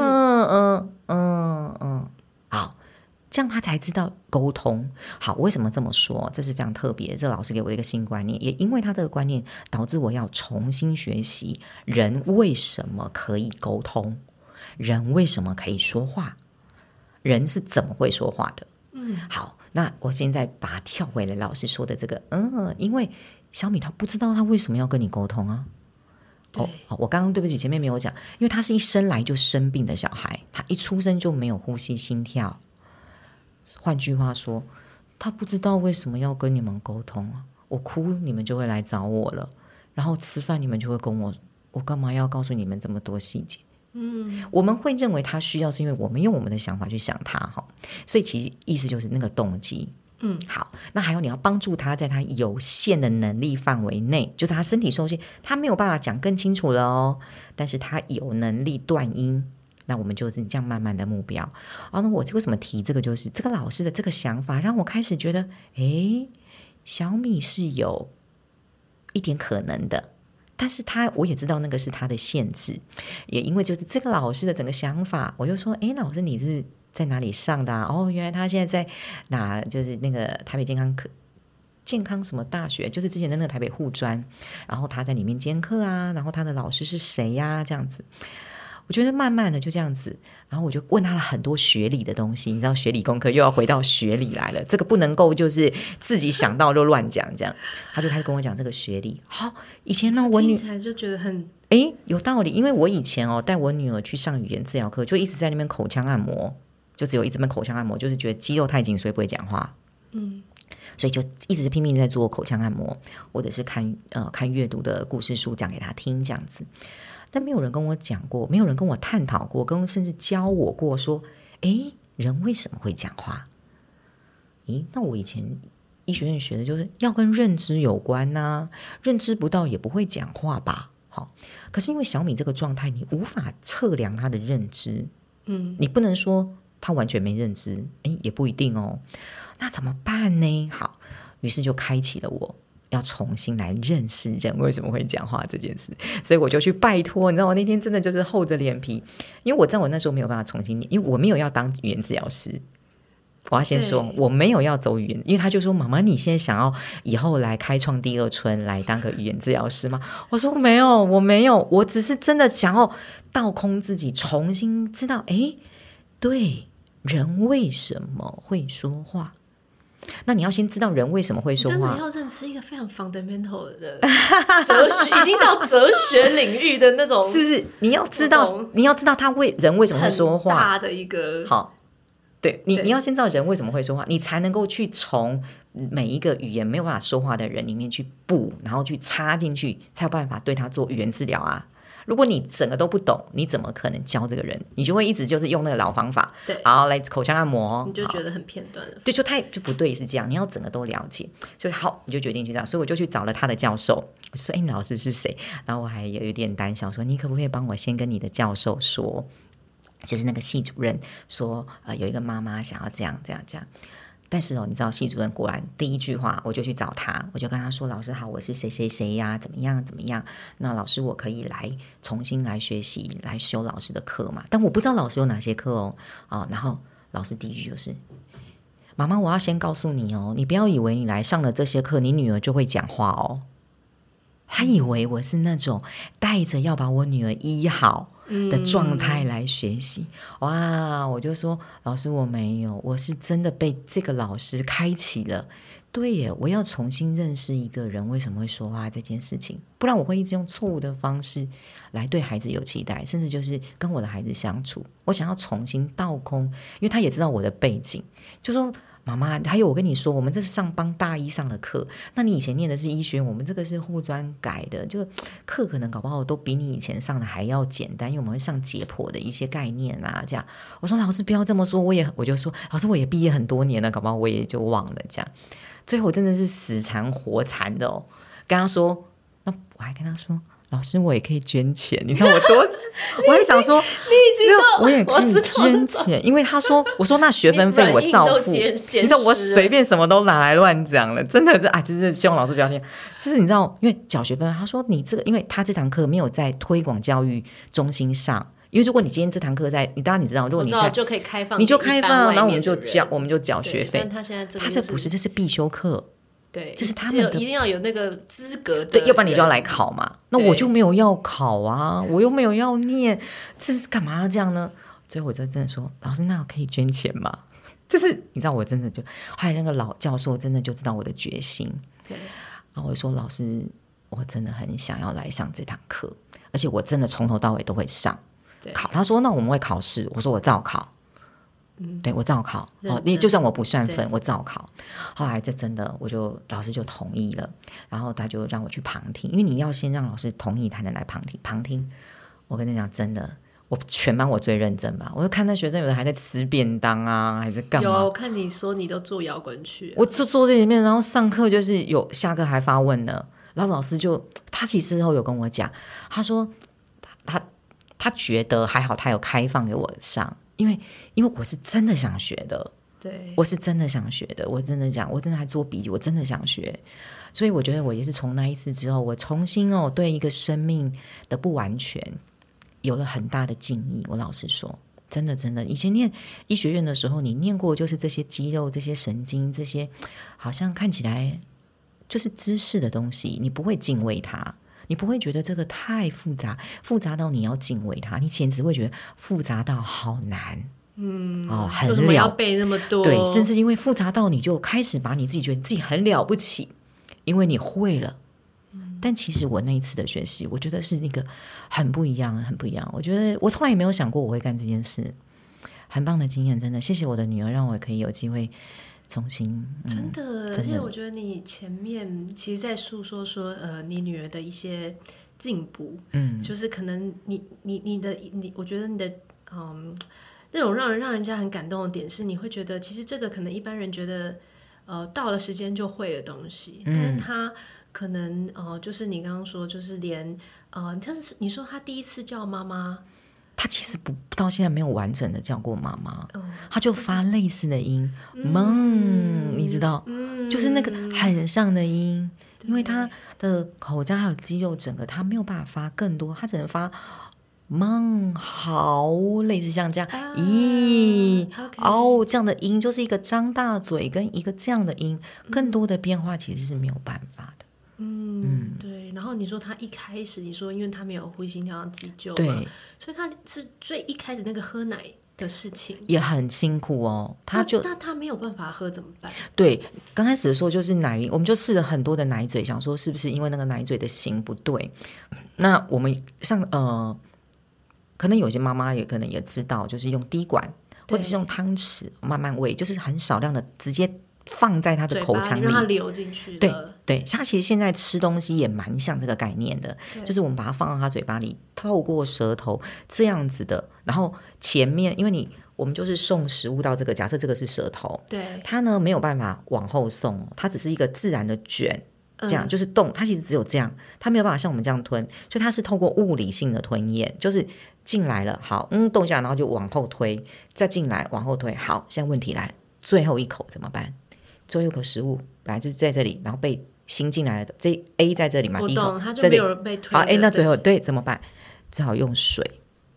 好，这样他才知道沟通。好，为什么这么说？这是非常特别，这老师给我的一个新观念，也因为他这个观念导致我要重新学习人为什么可以沟通，人为什么可以说话，人是怎么会说话的。好，那我现在把它跳回来老师说的这个，因为小米他不知道他为什么要跟你沟通啊。我刚刚对不起前面没有讲，因为他是一生来就生病的小孩，他一出生就没有呼吸心跳，换句话说他不知道为什么要跟你们沟通啊。我哭你们就会来找我了，然后吃饭你们就会跟我干嘛要告诉你们这么多细节。我们会认为他需要是因为我们用我们的想法去想他，所以其实意思就是那个动机。好，那还有你要帮助他在他有限的能力范围内，就是他身体受限，他没有办法讲更清楚了哦，但是他有能力断音，那我们就是这样慢慢的目标。那我为什么提这个，就是这个老师的这个想法让我开始觉得小米是有一点可能的，但是我也知道那个是他的限制，也因为就是这个老师的整个想法，我就说老师你是在哪里上的啊？原来他现在在哪，就是那个台北健康什么大学，就是之前的那个台北护专，然后他在里面兼课啊，然后他的老师是谁呀？这样子，我觉得慢慢的就这样子，然后我就问他了很多学理的东西，你知道学理功课又要回到学理来了，这个不能够就是自己想到就乱讲这样，他就开始跟我讲这个学理。以前呢我听起来就觉得很有道理，因为我以前带我女儿去上语言治疗课，就一直在那边口腔按摩，就只有一直边口腔按摩，就是觉得肌肉太紧所以不会讲话，所以就一直是拼命在做口腔按摩，或者是看阅读的故事书讲给他听这样子。但没有人跟我讲过，没有人跟我探讨过，甚至教我过说人为什么会讲话。那我以前医学院学的就是要跟认知有关啊，认知不到也不会讲话吧。好，可是因为小米这个状态，你无法测量他的认知，你不能说他完全没认知，也不一定哦。那怎么办呢？好，于是就开启了我要重新来认识人为什么会讲话这件事，所以我就去拜托，你知道我那天真的就是厚着脸皮，因为我知道我那时候没有办法重新念，因为我没有要当语言治疗师。我要先说我没有要走语言，因为他就说妈妈你现在想要以后来开创第二春来当个语言治疗师吗？我说没有，我没有，我只是真的想要倒空自己，重新知道对，人为什么会说话。那你要先知道人为什么会说话， 真的要认知一个非常 fundamental 的哲学，已经到哲学领域的那种， 是不是？你要知道他人为什么会说话， 很大的一个好。对，你要先知道人为什么会说话，你才能够去从每一个语言没有办法说话的人里面去补，然后去插进去，才有办法对他做语言治疗啊。如果你整个都不懂，你怎么可能教这个人？你就会一直就是用那个老方法，然后来口腔按摩， 你就觉得很片段了。 对，就不对，是这样。你要整个都了解，所以好，你就决定去这样。所以我就去找了他的教授，我说：“你老师是谁？”然后我还有一点胆小，说：“你可不可以帮我先跟你的教授说？”就是那个系主任说，有一个妈妈想要这样。但是你知道系主任果然第一句话我就去找他，我就跟他说：“老师好，我是谁谁谁呀，怎么样？那老师我可以来重新来学习，来修老师的课嘛？但我不知道老师有哪些课哦。然后老师第一句就是妈妈，我要先告诉你哦，你不要以为你来上了这些课，你女儿就会讲话哦。他以为我是那种带着要把我女儿医好的状态来学习。哇，我就说老师我没有，我是真的被这个老师开启了，对耶，我要重新认识一个人为什么会说话这件事情，不然我会一直用错误的方式来对孩子有期待，甚至就是跟我的孩子相处，我想要重新倒空，因为他也知道我的背景，就说妈妈，还有我跟你说，我们这是帮大一上的课，那你以前念的是医学院，我们这个是护专改的，就课可能搞不好都比你以前上的还要简单，因为我们会上解剖的一些概念啊，这样。我说老师不要这么说，我就说老师我也毕业很多年了，搞不好我也就忘了这样。最后真的是死缠活缠的哦，跟他说，那我还跟他说，老师我也可以捐钱，你知道我多我还想说你已经到我也可以捐钱，因为他说我说那学分费我照付，你知道我随便什么都拿来乱讲了，真的就是希望老师不要念，就是你知道因为缴学分，他说你这个因为他这堂课没有在推广教育中心上，因为如果你今天这堂课在当然你知道，如果你在就可以开放， 你就开放，然后我们就缴学费， 但他现在他这不是，这是必修课。 对， 这是他们的一定要有那个资格的， 对，要不然你就要来考嘛。那我就没有要考啊，我又没有要念，这是干嘛要这样呢？所以我就真的说，老师，那我可以捐钱吗？就是你知道，我真的就还有那个老教授真的就知道我的决心。 对， 然后我说，老师，我真的很想要来上这堂课，而且我真的从头到尾都会上。考，他说那我们会考试，我说我照考。对，我照考哦，就算我不算分，我照考。后来这真的，老师就同意了，然后他就让我去旁听，因为你要先让老师同意才能来旁听。旁听，我跟你讲，真的，我全班我最认真吧。我就看那学生有的还在吃便当啊，还在干嘛？ 有，我看你说你都坐摇滚区， 我就坐在里面，然后上课就是有下课还发问呢。然后老师他其实后有跟我讲，他说他觉得还好，他有开放给我上。因为我是真的想学的， 对， 我是真的想学的，我真的讲，我真的还做笔记，我真的想学，所以我觉得我也是从那一次之后，我重新对一个生命的不完全有了很大的敬意。我老实说，真的，以前念医学院的时候，你念过就是这些肌肉、这些神经、这些好像看起来就是知识的东西，你不会敬畏它。你不会觉得这个太复杂到你要敬畏它，你简直会觉得复杂到好难，很了，为什么要背那么多？ 对，甚至因为复杂到你就开始把你自己觉得自己很了不起，因为你会了。但其实我那一次的学习，我觉得是那个很不一样，很不一样。我觉得我从来也没有想过我会干这件事，很棒的经验，真的谢谢我的女儿，让我可以有机会。重新真的，而且我觉得你前面其实在诉说你女儿的一些进步，就是可能你，我觉得你的那种让人家很感动的点是，你会觉得其实这个可能一般人觉得到了时间就会的东西，但是他可能就是你刚刚说，就是连你说他第一次叫妈妈。 他其实到现在没有完整的叫过妈妈，他就发类似的音，梦，你知道，就是那个很像的音，因为他的口腔还有肌肉整个他没有办法发更多，他只能发梦，好类似像这样，这样的音，就是一个张大嘴跟一个这样的音，更多的变化其实是没有办法的。 对。然后你说他一开始，你说因为他没有呼吸心跳急救嘛， 对， 所以他是最一开始那个喝奶的事情也很辛苦哦。 那他没有办法喝怎么办？ 对，刚开始的时候就是奶，我们就试了很多的奶嘴，想说是不是因为那个奶嘴的型不对。那我们可能有些妈妈也可能也知道，就是用滴管或者是用汤匙慢慢喂，就是很少量的直接放在他的口腔里， 让它流进去的。 对，他其实现在吃东西也蛮像这个概念的，就是我们把它放到他嘴巴里，透过舌头这样子的，然后前面因为我们就是送食物到这个，假设这个是舌头， 对， 它呢没有办法往后送，它只是一个自然的卷，这样就是动，它其实只有这样，它没有办法像我们这样吞，所以它是透过物理性的吞咽，就是进来了，好，动一下，然后就往后推，再进来，往后推，好，现在问题来，最后一口怎么办？最后一口食物本来就是在这里，然后被新进来的这 A 在这里嘛， 我第一口它就没有人被推。 好，那最后对怎么办？只好用水，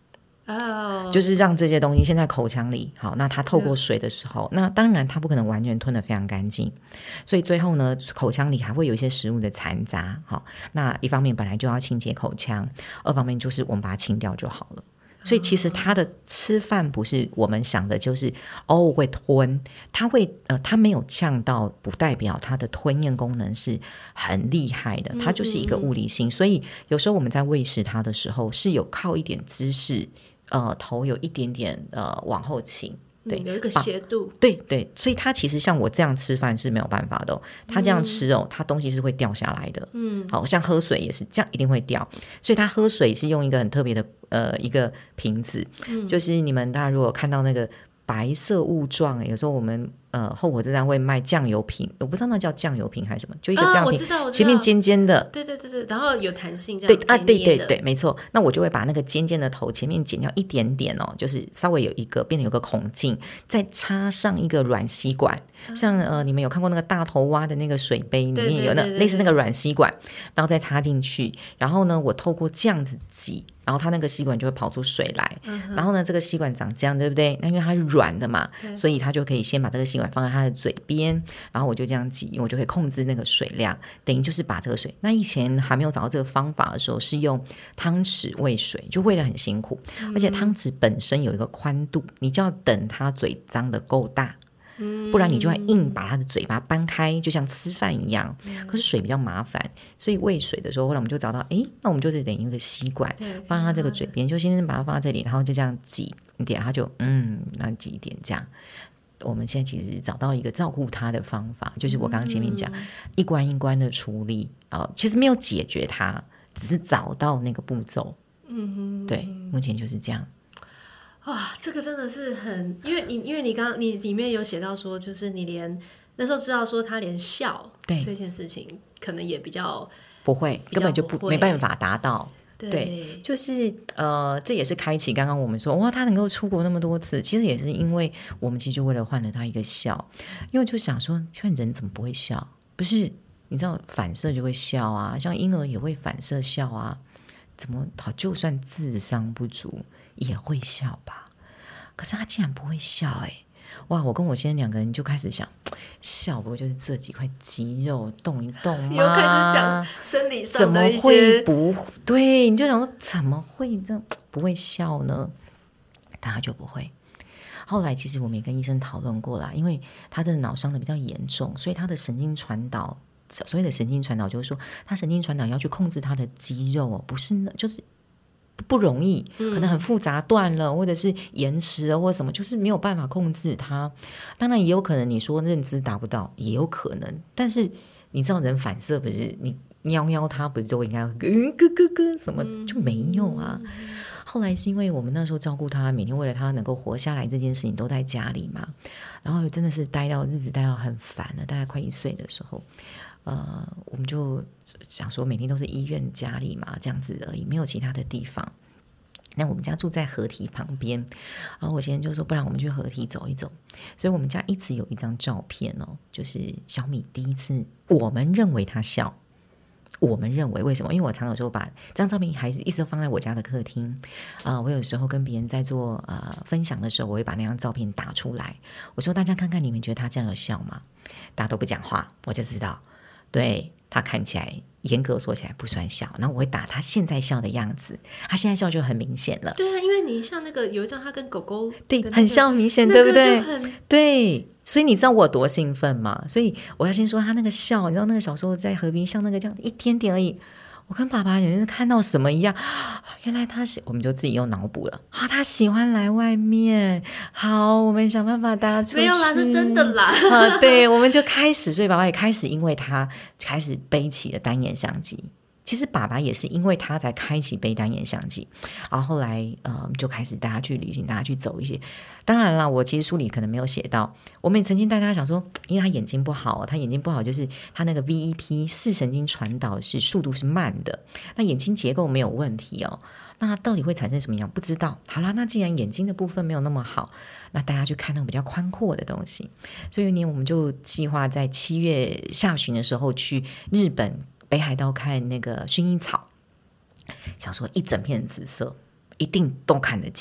就是让这些东西现在口腔里好，那它透过水的时候，那当然它不可能完全吞得非常干净，所以最后呢口腔里还会有一些食物的残渣好，那一方面本来就要清洁口腔，二方面就是我们把它清掉就好了。所以其实他的吃饭不是我们想的就是会吞，他没有呛到不代表他的吞咽功能是很厉害的，他就是一个物理性。所以有时候我们在喂食他的时候是有靠一点姿势，头有一点点往后倾，对， 有一个斜度， 对对，所以他其实像我这样吃饭是没有办法的他这样吃他东西是会掉下来的，好像喝水也是这样，一定会掉，所以他喝水是用一个很特别的一个瓶子，就是你们大家如果看到那个白色雾状，有时候我们后火车站会卖酱油瓶，我不知道那叫酱油瓶还是什么，就一个酱油瓶， 我知道前面尖尖的， 对对对对，然后有弹性这样， 对对对，没错。那我就会把那个尖尖的头前面剪掉一点点就是稍微变得有个孔径，再插上一个软吸管，像你们有看过那个大头蛙的那个水杯里面有那类似那个软吸管，然后再插进去，然后呢我透过这样子挤，然后它那个吸管就会跑出水来，然后呢这个吸管长这样对不对？那因为它是软的嘛，所以它就可以先把这个吸管放在它的嘴边，然后我就这样挤，我就可以控制那个水量，等于就是把这个水，那以前还没有找到这个方法的时候是用汤匙喂水，就喂得很辛苦，而且汤匙本身有一个宽度，你就要等它嘴张得够大，不然你就要硬把它的嘴巴搬开，就像吃饭一样，可是水比较麻烦，所以喂水的时候后来我们就找到那我们就是等于一个吸管放在它这个嘴边，就先把它放在这里，然后就这样挤一点，它就那挤一点这样。我们现在其实找到一个照顾它的方法，就是我刚刚前面讲一关一关的处理其实没有解决它，只是找到那个步骤。对，目前就是这样。 哇，这个真的是很，因为你刚刚你里面有写到说，就是你连那时候知道说他连笑这件事情可能也比较不会，根本就没办法达到。 对， 就是这也是开启刚刚我们说哇他能够出国那么多次，其实也是因为我们其实就为了换了他一个笑，因为就想说像人怎么不会笑，不是你知道反射就会笑啊，像婴儿也会反射笑啊，怎么就算智商不足也会笑吧，可是他竟然不会笑哇！我跟我先生两个人就开始想，笑不过就是这几块肌肉动一动吗？ 又开始想生理上的一些， 怎么会不对？你就想说怎么会这样不会笑呢？他就不会。后来其实我们也跟医生讨论过啦，因为他的脑伤的比较严重，所以他的神经传导，所谓的神经传导就是说，他神经传导要去控制他的肌肉不是就是不容易，可能很复杂断了，或者是延迟了或者什么，就是没有办法控制它。当然也有可能你说认知达不到也有可能，但是你知道人反射不是你喵它不是就应该咯什么就没有啊。后来是因为我们那时候照顾他，每天为了他能够活下来这件事情都在家里嘛，然后真的是日子待到很烦了，大概快1岁的时候我们就想说每天都是医院家里嘛，这样子而已，没有其他的地方。那我们家住在河堤旁边，然后我先生就说不然我们去河堤走一走，所以我们家一直有一张照片就是小米第一次我们认为他笑，我们认为为什么？因为我常有时候把这张照片还是一直都放在我家的客厅我有时候跟别人在做分享的时候，我会把那张照片打出来，我说大家看看你们觉得他这样有笑吗？大家都不讲话，我就知道对他看起来严格说起来不算笑，然后我会打他现在笑的样子，他现在笑就很明显了。 对啊，因为你像那个有一张他跟狗狗对很像明显，对不对？对，所以你知道我多兴奋吗？所以我要先说他那个笑，你知道那个小时候在河边像那个这样一点点而已，我跟爸爸也是看到什么一样，原来我们就自己又脑补了他喜欢来外面，好我们想办法带他出去， 没有啦是真的啦对，我们就开始，所以爸爸也开始因为他开始背起了单眼相机，其实爸爸也是因为他才开启背单眼相机，然后后来就开始带他去旅行，带他去走一些。当然啦，我其实书里可能没有写到，我们也曾经带他想说，因为他眼睛不好，就是他那个 VEP 视神经传导是速度是慢的，那眼睛结构没有问题那到底会产生什么影响不知道。好啦，那既然眼睛的部分没有那么好，那大家去看那种比较宽阔的东西。所以有一年我们就计划在7月下旬的时候去日本北海道看那个薰衣草，想说一整片紫色一定都看得见，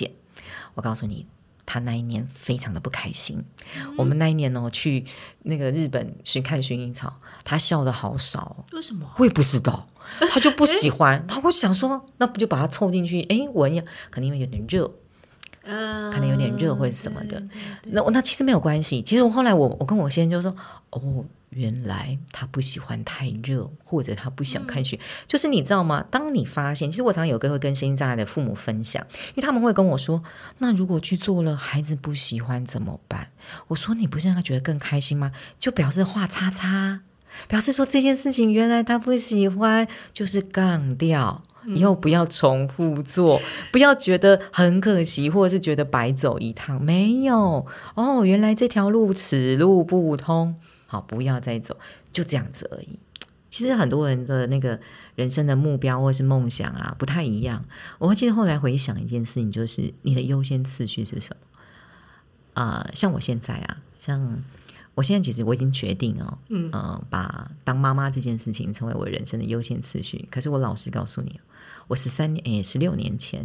我告诉你，他那一年非常的不开心。我们那一年去那个日本看薰衣草，他笑的好少。 为什么？ 我也不知道，他就不喜欢。他会想说，那不就把它凑进去？闻一下，可能因为有点热，可能有点热或者什么的。那其实没有关系。其实后来我跟我先生就说，原来他不喜欢太热，或者他不想看雪。就是你知道吗？当你发现，其实我常常有个会跟身心障碍的父母分享，因为他们会跟我说，那如果去做了孩子不喜欢怎么办？我说你不是让他觉得更开心吗？就表示画叉叉，表示说这件事情原来他不喜欢，就是杠掉，以后不要重复做，不要觉得很可惜，或者是觉得白走一趟。没有原来这条路此路不通，好，不要再走，就这样子而已。其实很多人的那个人生的目标或是梦想啊不太一样。我记得后来回想一件事情，就是你的优先次序是什么？像我现在其实我已经决定把当妈妈这件事情成为我人生的优先次序。可是我老实告诉你，我16年前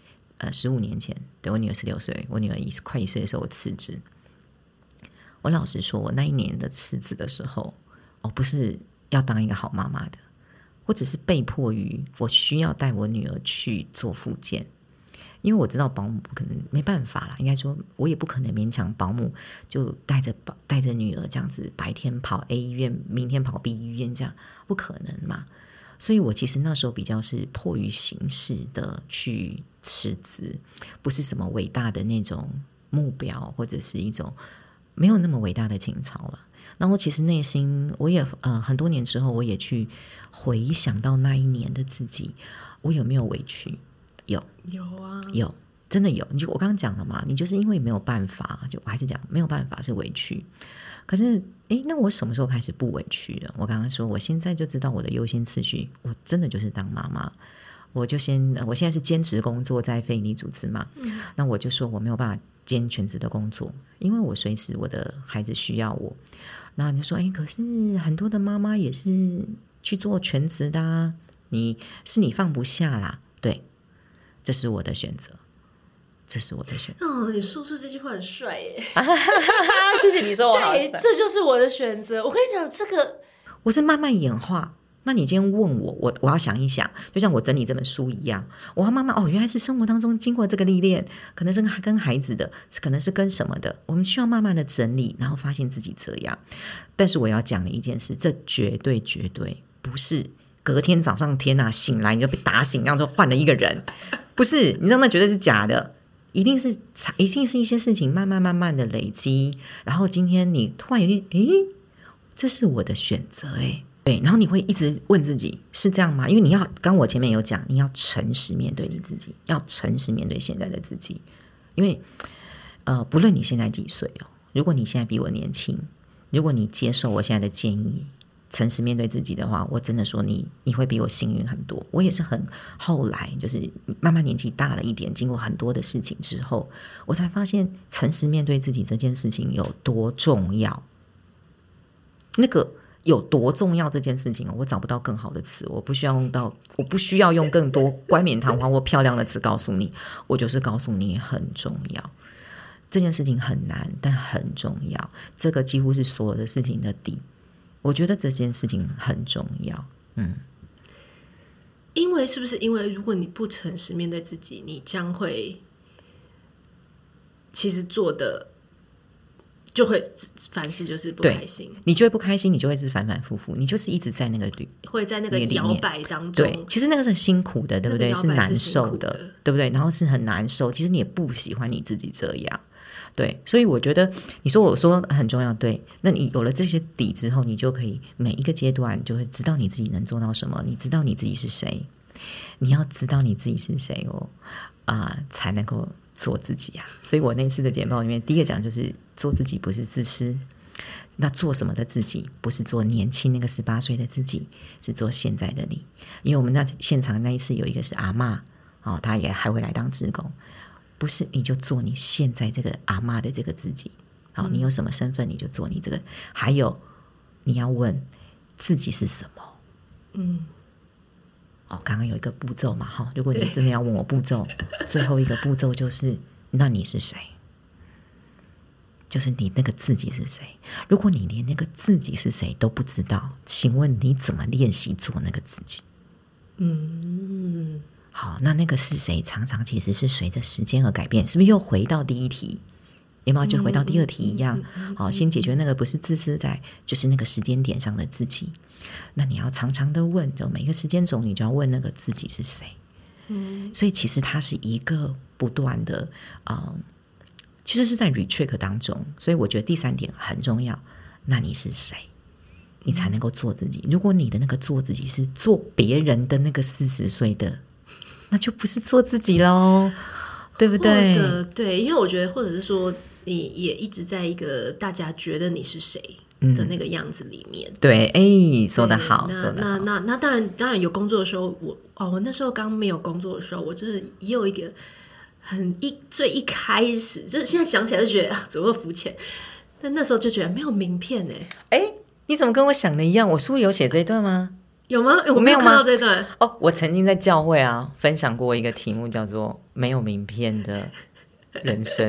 15年前，对，我女儿16岁，我女儿快1岁的时候我辞职。我老实说，我那一年的辞职的时候，不是要当一个好妈妈的，我只是被迫于我需要带我女儿去做复健。因为我知道保姆不可能，没办法啦，应该说我也不可能勉强保姆就带着女儿这样子，白天跑 A 医院，明天跑 B 医院，这样不可能嘛。所以我其实那时候比较是迫于形势的去辞职，不是什么伟大的那种目标，或者是一种没有那么伟大的情操了。然后其实内心我也很多年之后，我也去回想到那一年的自己，我有没有委屈？有啊， 有，真的有。我刚刚讲了嘛，你就是因为没有办法，我还是讲没有办法是委屈。可是那我什么时候开始不委屈了？我刚刚说我现在就知道我的优先次序，我真的就是当妈妈。我现在是兼职工作在非营利组织嘛，那我就说我没有办法兼全职的工作，因为我随时我的孩子需要我。那你就说可是很多的妈妈也是去做全职的啊，你放不下啦。对，这是我的选择，这是我的选择。 你说出这句话很帅耶！ 谢谢你说我好帅。 对，这就是我的选择。我跟你讲，这个我是慢慢演化。那你今天问我要想一想，就像我整理这本书一样，我要慢慢原来是生活当中经过这个历练，可能是跟孩子的，可能是跟什么的，我们需要慢慢的整理，然后发现自己这样。但是我要讲的一件事，这绝对绝对不是隔天早上天啊醒来你就被打醒，然后就换了一个人，不是，你知道那绝对是假的，一定是一些事情慢慢的累积，然后今天你突然有点这是我的选择对，然后你会一直问自己是这样吗？因为你要刚我前面有讲，你要诚实面对你自己，要诚实面对现在的自己。因为不论你现在几岁如果你现在比我年轻，如果你接受我现在的建议，诚实面对自己的话，我真的说你会比我幸运很多。我也是很后来就是慢慢年纪大了一点，经过很多的事情之后，我才发现诚实面对自己这件事情有多重要。那个有多重要这件事情，我找不到更好的词，我不需要用更多冠冕堂皇或漂亮的词告诉你，我就是告诉你很重要。这件事情很难，但很重要，这个几乎是所有的事情的底。我觉得这件事情很重要。 因为是不是因为如果你不诚实面对自己，你将会其实做的就会凡事就是不开心， 你就会不开心，你就会是反反复复，你就是一直在那个会在那个摇摆当中。 对，其实那个是辛苦的，对不对？是难受的，对不对？然后是很难受，其实你也不喜欢你自己这样。对，所以我觉得我说很重要，对，那你有了这些底之后，你就可以每一个阶段就会知道你自己能做到什么，你知道你自己是谁，你要知道你自己是谁才能够做自己啊。所以我那次的简报里面第一个讲就是做自己不是自私，那做什么的自己不是做年轻那个18岁的自己，是做现在的你。因为我们那现场那一次有一个是阿嬷她也还会来当志工，不是你就做你现在这个阿嬷的这个自己，你有什么身份你就做你这个。还有你要问自己是什么。刚刚有一个步骤嘛，如果你真的要问我步骤，最后一个步骤就是那你是谁？就是你那个自己是谁？如果你连那个自己是谁都不知道，请问你怎么练习做那个自己？好，那个是谁？常常其实是随着时间而改变，是不是又回到第一题？有没有就回到第二题一样？好，先解决那个不是自私在，就是那个时间点上的自己。那你要常常的问，就每个时间轴你就要问那个自己是谁。所以其实它是一个不断的，其实是在 recheck 当中。所以我觉得第3点很重要。那你是谁？你才能够做自己。如果你的那个做自己是做别人的那个40岁的，那就不是做自己咯，对不对？ 或者对，因为我觉得，或者是说，你也一直在一个大家觉得你是谁的那个样子里面。 对，说得好，说得好。 那当然有工作的时候，我那时候刚没有工作的时候，我真的也有一个最一开始，就是现在想起来就觉得怎么会肤浅，但那时候就觉得没有名片你怎么跟我想的一样？我书有写这一段吗？ 有吗？我没有看到这段。 我曾经在教会分享过一个题目，叫做“没有名片的人生”。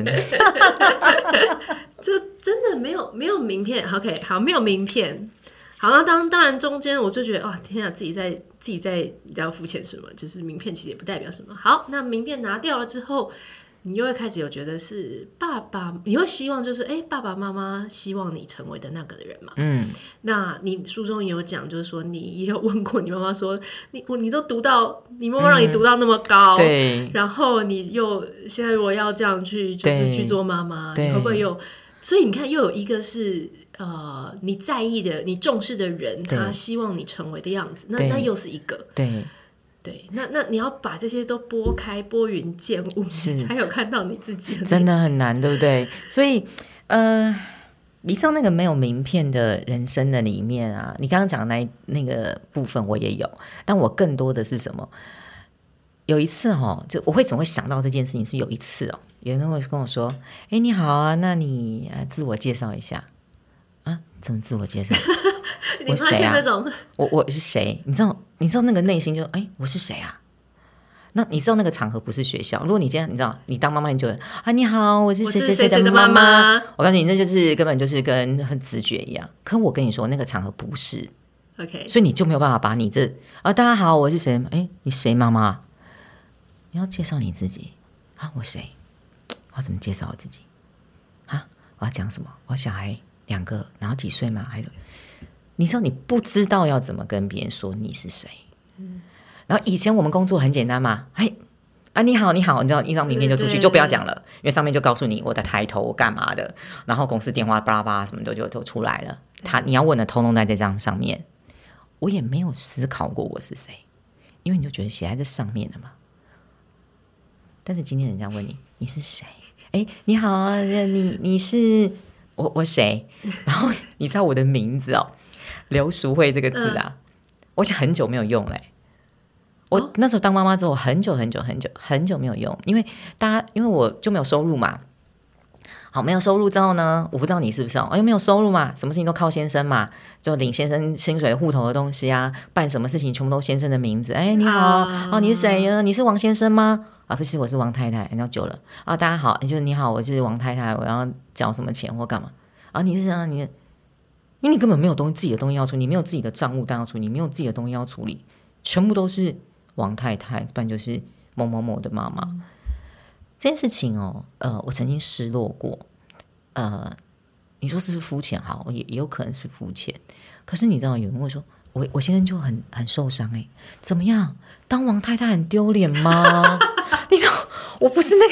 就真的没有名片。OK， 好，没有名片。好，那当然中间我就觉得天啊，自己在比较肤浅什么，就是名片其实也不代表什么。好，那名片拿掉了之后，你又会开始有觉得是爸爸，你会希望就是爸爸妈妈希望你成为的那个人嘛。那你书中也有讲，就是说你也有问过你妈妈说，你都读到，你妈妈让你读到那么高， 对， 然后你又现在如果要这样去就是去做妈妈，你会不会有？所以你看，又有一个是你在意的、你重视的人，他希望你成为的样子，那又是一个对，那你要把这些都拨开，拨云见雾，你才有看到你自己的。 真的很难，对不对？所以你知道那个没有名片的人生的里面你刚刚讲的那个部分我也有，但我更多的是什么？有一次就我怎么会想到这件事情？是有一次有人会跟我说：“你好啊，那你自我介绍一下啊？怎么自我介绍？ 你发现那种我是谁？你知道那个内心就我是谁啊？那你知道那个场合不是学校。如果你今天你知道你当妈妈，你就你好，我是谁谁谁的妈妈。我告诉你，那就是根本就是跟很直觉一样。可我跟你说，那个场合不是 OK， 所以你就没有办法把你大家好，我是谁？你谁妈妈？你要介绍你自己我谁？我要怎么介绍我自己我要讲什么？我小孩2个，然后几岁吗？还是你知道你不知道要怎么跟别人说你是谁？然后以前我们工作很简单嘛，你好，你知道一张名片就出去，就不要讲了，因为上面就告诉你我的抬头我干嘛的，然后公司电话巴拉巴拉什么的就都出来了。你要问的通通在这张上面，我也没有思考过我是谁，因为你就觉得写在这上面了嘛。但是今天人家问你是谁？你好啊，你是我谁？然后你知道我的名字刘淑慧这个字我想很久没有用我那时候当妈妈之后很久没有用，因为我就没有收入嘛。好，没有收入之后呢，我不知道你是不是又没有收入嘛，什么事情都靠先生嘛，就领先生薪水户头的东西办什么事情全部都先生的名字。你好你是谁呢？你是王先生吗？不是，我是王太太。然后久了大家好，你好，我是王太太，我要缴什么钱或干嘛你是因为你根本没有自己的东西要处理，你没有自己的账务单要处理，你没有自己的东西要处理，全部都是王太太，不然就是某某某的妈妈。这件事情我曾经失落过。你说是肤浅好，也有可能是肤浅。可是你知道有人会说，我先生就很受伤怎么样？当王太太很丢脸吗？你知道我不是那个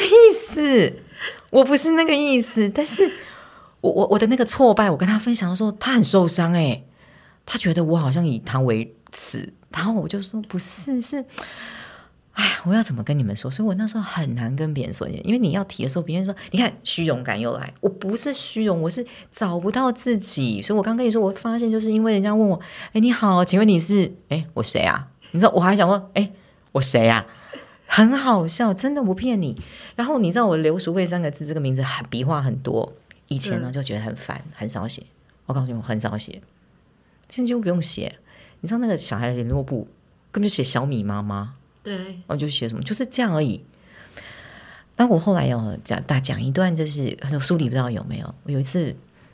意思，但是我的那个挫败，我跟他分享的时候，他很受伤他觉得我好像以他为耻，然后我就说不是，是我要怎么跟你们说？所以我那时候很难跟别人说，因为你要提的时候，别人说你看虚荣感又来，我不是虚荣，我是找不到自己。所以我刚跟你说，我发现就是因为人家问我你好，请问你是我谁啊？你知道我还想问我谁啊？很好笑，真的不骗你。然后你知道我刘淑慧3个字这个名字笔画很多，以前呢就觉得很烦，很少写。我告诉你，我很少写，现在几乎不用写。你知道那个小孩的联络簿根本就写小米妈妈， 对， 我就写什么，就是这样而已。 那我后来有讲一段，就是书里不知道有没有，我有一次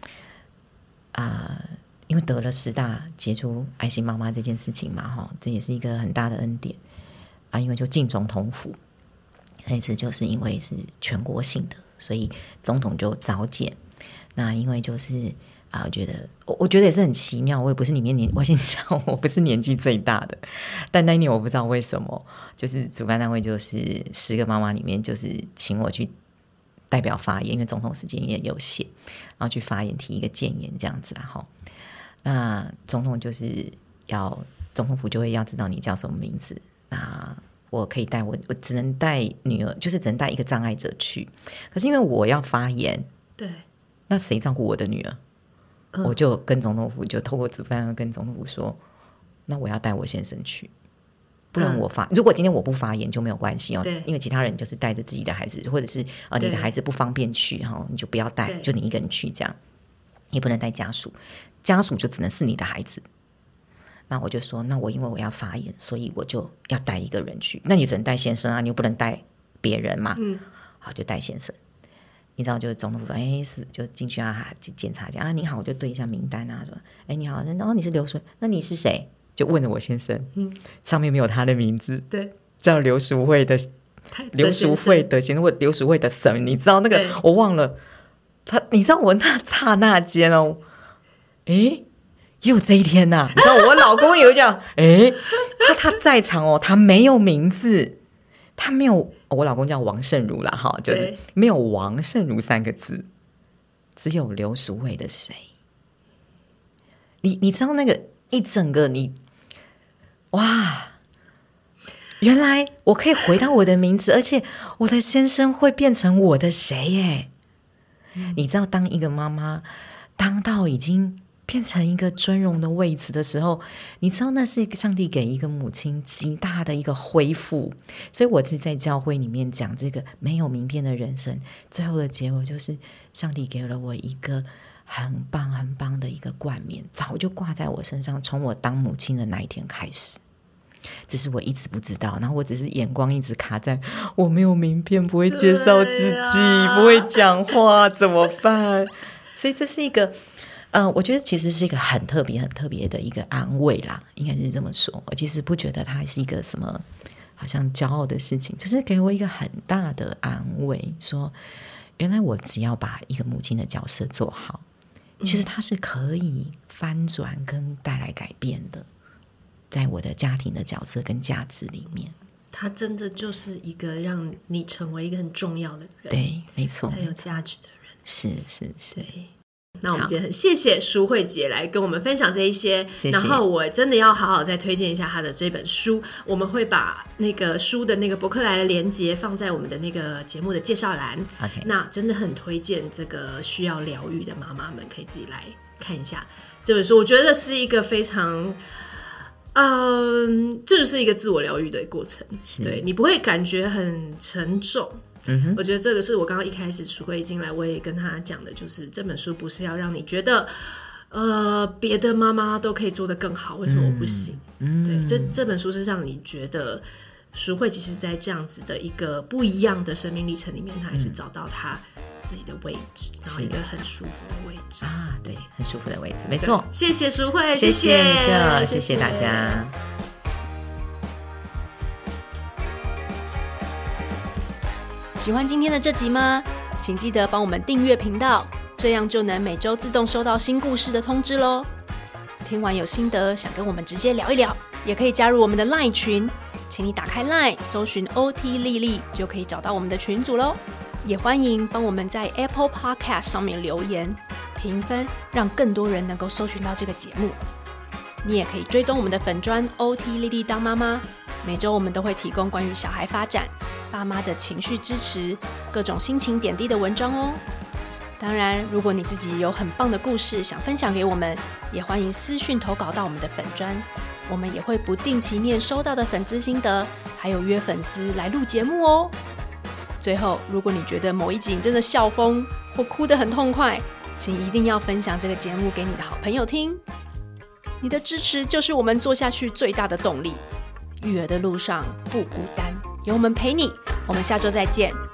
因为得了10大杰出爱心妈妈这件事情嘛，这也是一个很大的恩典因为就进总统府，那一次就是因为是全国性的，所以总统就召见。那因为就是我觉得也是很奇妙，我也不是里面我先讲，我不是年纪最大的，但那一年我不知道为什么，就是主办单位就是10个妈妈里面，就是请我去代表发言，因为总统时间也有限，然后去发言提一个建言这样子啦。那总统就是总统府就会要知道你叫什么名字，那我可以带我只能带女儿，就是只能带一个障碍者去，可是因为我要发言， 对， 那谁照顾我的女儿？我就跟总统府就透过主办跟总统府说，那我要带我先生去，不然如果今天我不发言就没有关系因为其他人就是带着自己的孩子，或者是你的孩子不方便去你就不要带，就你一个人去，这样也不能带家属，家属就只能是你的孩子。那我就说，那因为我要发言，所以我就要带一个人去，那你只能带先生你又不能带别人嘛，好，就带先生。你知道就是总统府就进去检查一下你好，我就对一下名单说你好，然后你是刘淑慧，那你是谁？就问了我先生，上面没有他的名字， 对， 叫刘淑慧的先生或刘淑慧的神，你知道那个我忘了你知道我那刹那间也有这一天你知道我老公也有讲他在场他没有名字，他没有，我老公叫王胜儒啦就是没有王胜儒3个字，只有刘淑慧的谁。你知道那个一整个哇，原来我可以回到我的名字，而且我的先生会变成我的谁耶。你知道当一个妈妈当到已经变成一个尊荣的位置的时候，你知道那是上帝给一个母亲极大的一个恢复。所以我是在教会里面讲这个没有名片的人生，最后的结果就是上帝给了我一个很棒很棒的一个冠冕，早就挂在我身上，从我当母亲的那一天开始，只是我一直不知道，然后我只是眼光一直卡在我没有名片，不会介绍自己不会讲话怎么办。所以这是一个我觉得其实是一个很特别很特别的一个安慰啦，应该是这么说。我其实不觉得它是一个什么好像骄傲的事情，只是给我一个很大的安慰，说原来我只要把一个母亲的角色做好，其实它是可以翻转跟带来改变的，在我的家庭的角色跟价值里面， 它真的就是一个让你成为一个很重要的人， 对，没错， 很有价值的人， 是对。 那我们今天很谢谢淑慧姐来跟我们分享这一些， 谢谢。 然后我真的要好好再推荐一下她的这本书，我们会把那个书的那个博客来的连结放在我们的那个节目的介绍栏。 Okay. 那真的很推荐这个需要疗愈的妈妈们可以自己来看一下这本书，我觉得是一个非常这就是一个自我疗愈的过程，对，你不会感觉很沉重。我觉得这个是我刚刚一开始淑慧进来我也跟他讲的，就是这本书不是要让你觉得别的妈妈都可以做得更好，为什么我不行？对，这本书是让你觉得淑慧其实在这样子的一个不一样的生命历程里面，她还是找到她自己的位置，然后一个很舒服的位置对，很舒服的位置，没错。 谢谢淑慧， 谢谢大家。 喜欢今天的这集吗？请记得帮我们订阅频道，这样就能每周自动收到新故事的通知咯。听完有心得，想跟我们直接聊一聊，也可以加入我们的 LINE 群，请你打开 LINE 搜寻 OT 丽丽就可以找到我们的群组咯。也欢迎帮我们在 Apple Podcast 上面留言评分，让更多人能够搜寻到这个节目。你也可以追踪我们的粉专 OT 丽丽当妈妈，每周我们都会提供关于小孩发展、爸妈的情绪支持、各种心情点滴的文章哦。当然，如果你自己有很棒的故事想分享给我们，也欢迎私讯投稿到我们的粉专，我们也会不定期念收到的粉丝心得，还有约粉丝来录节目哦。最后，如果你觉得某一集真的笑疯或哭得很痛快，请一定要分享这个节目给你的好朋友听。你的支持就是我们做下去最大的动力。育儿的路上不孤单，有我们陪你。我们下周再见。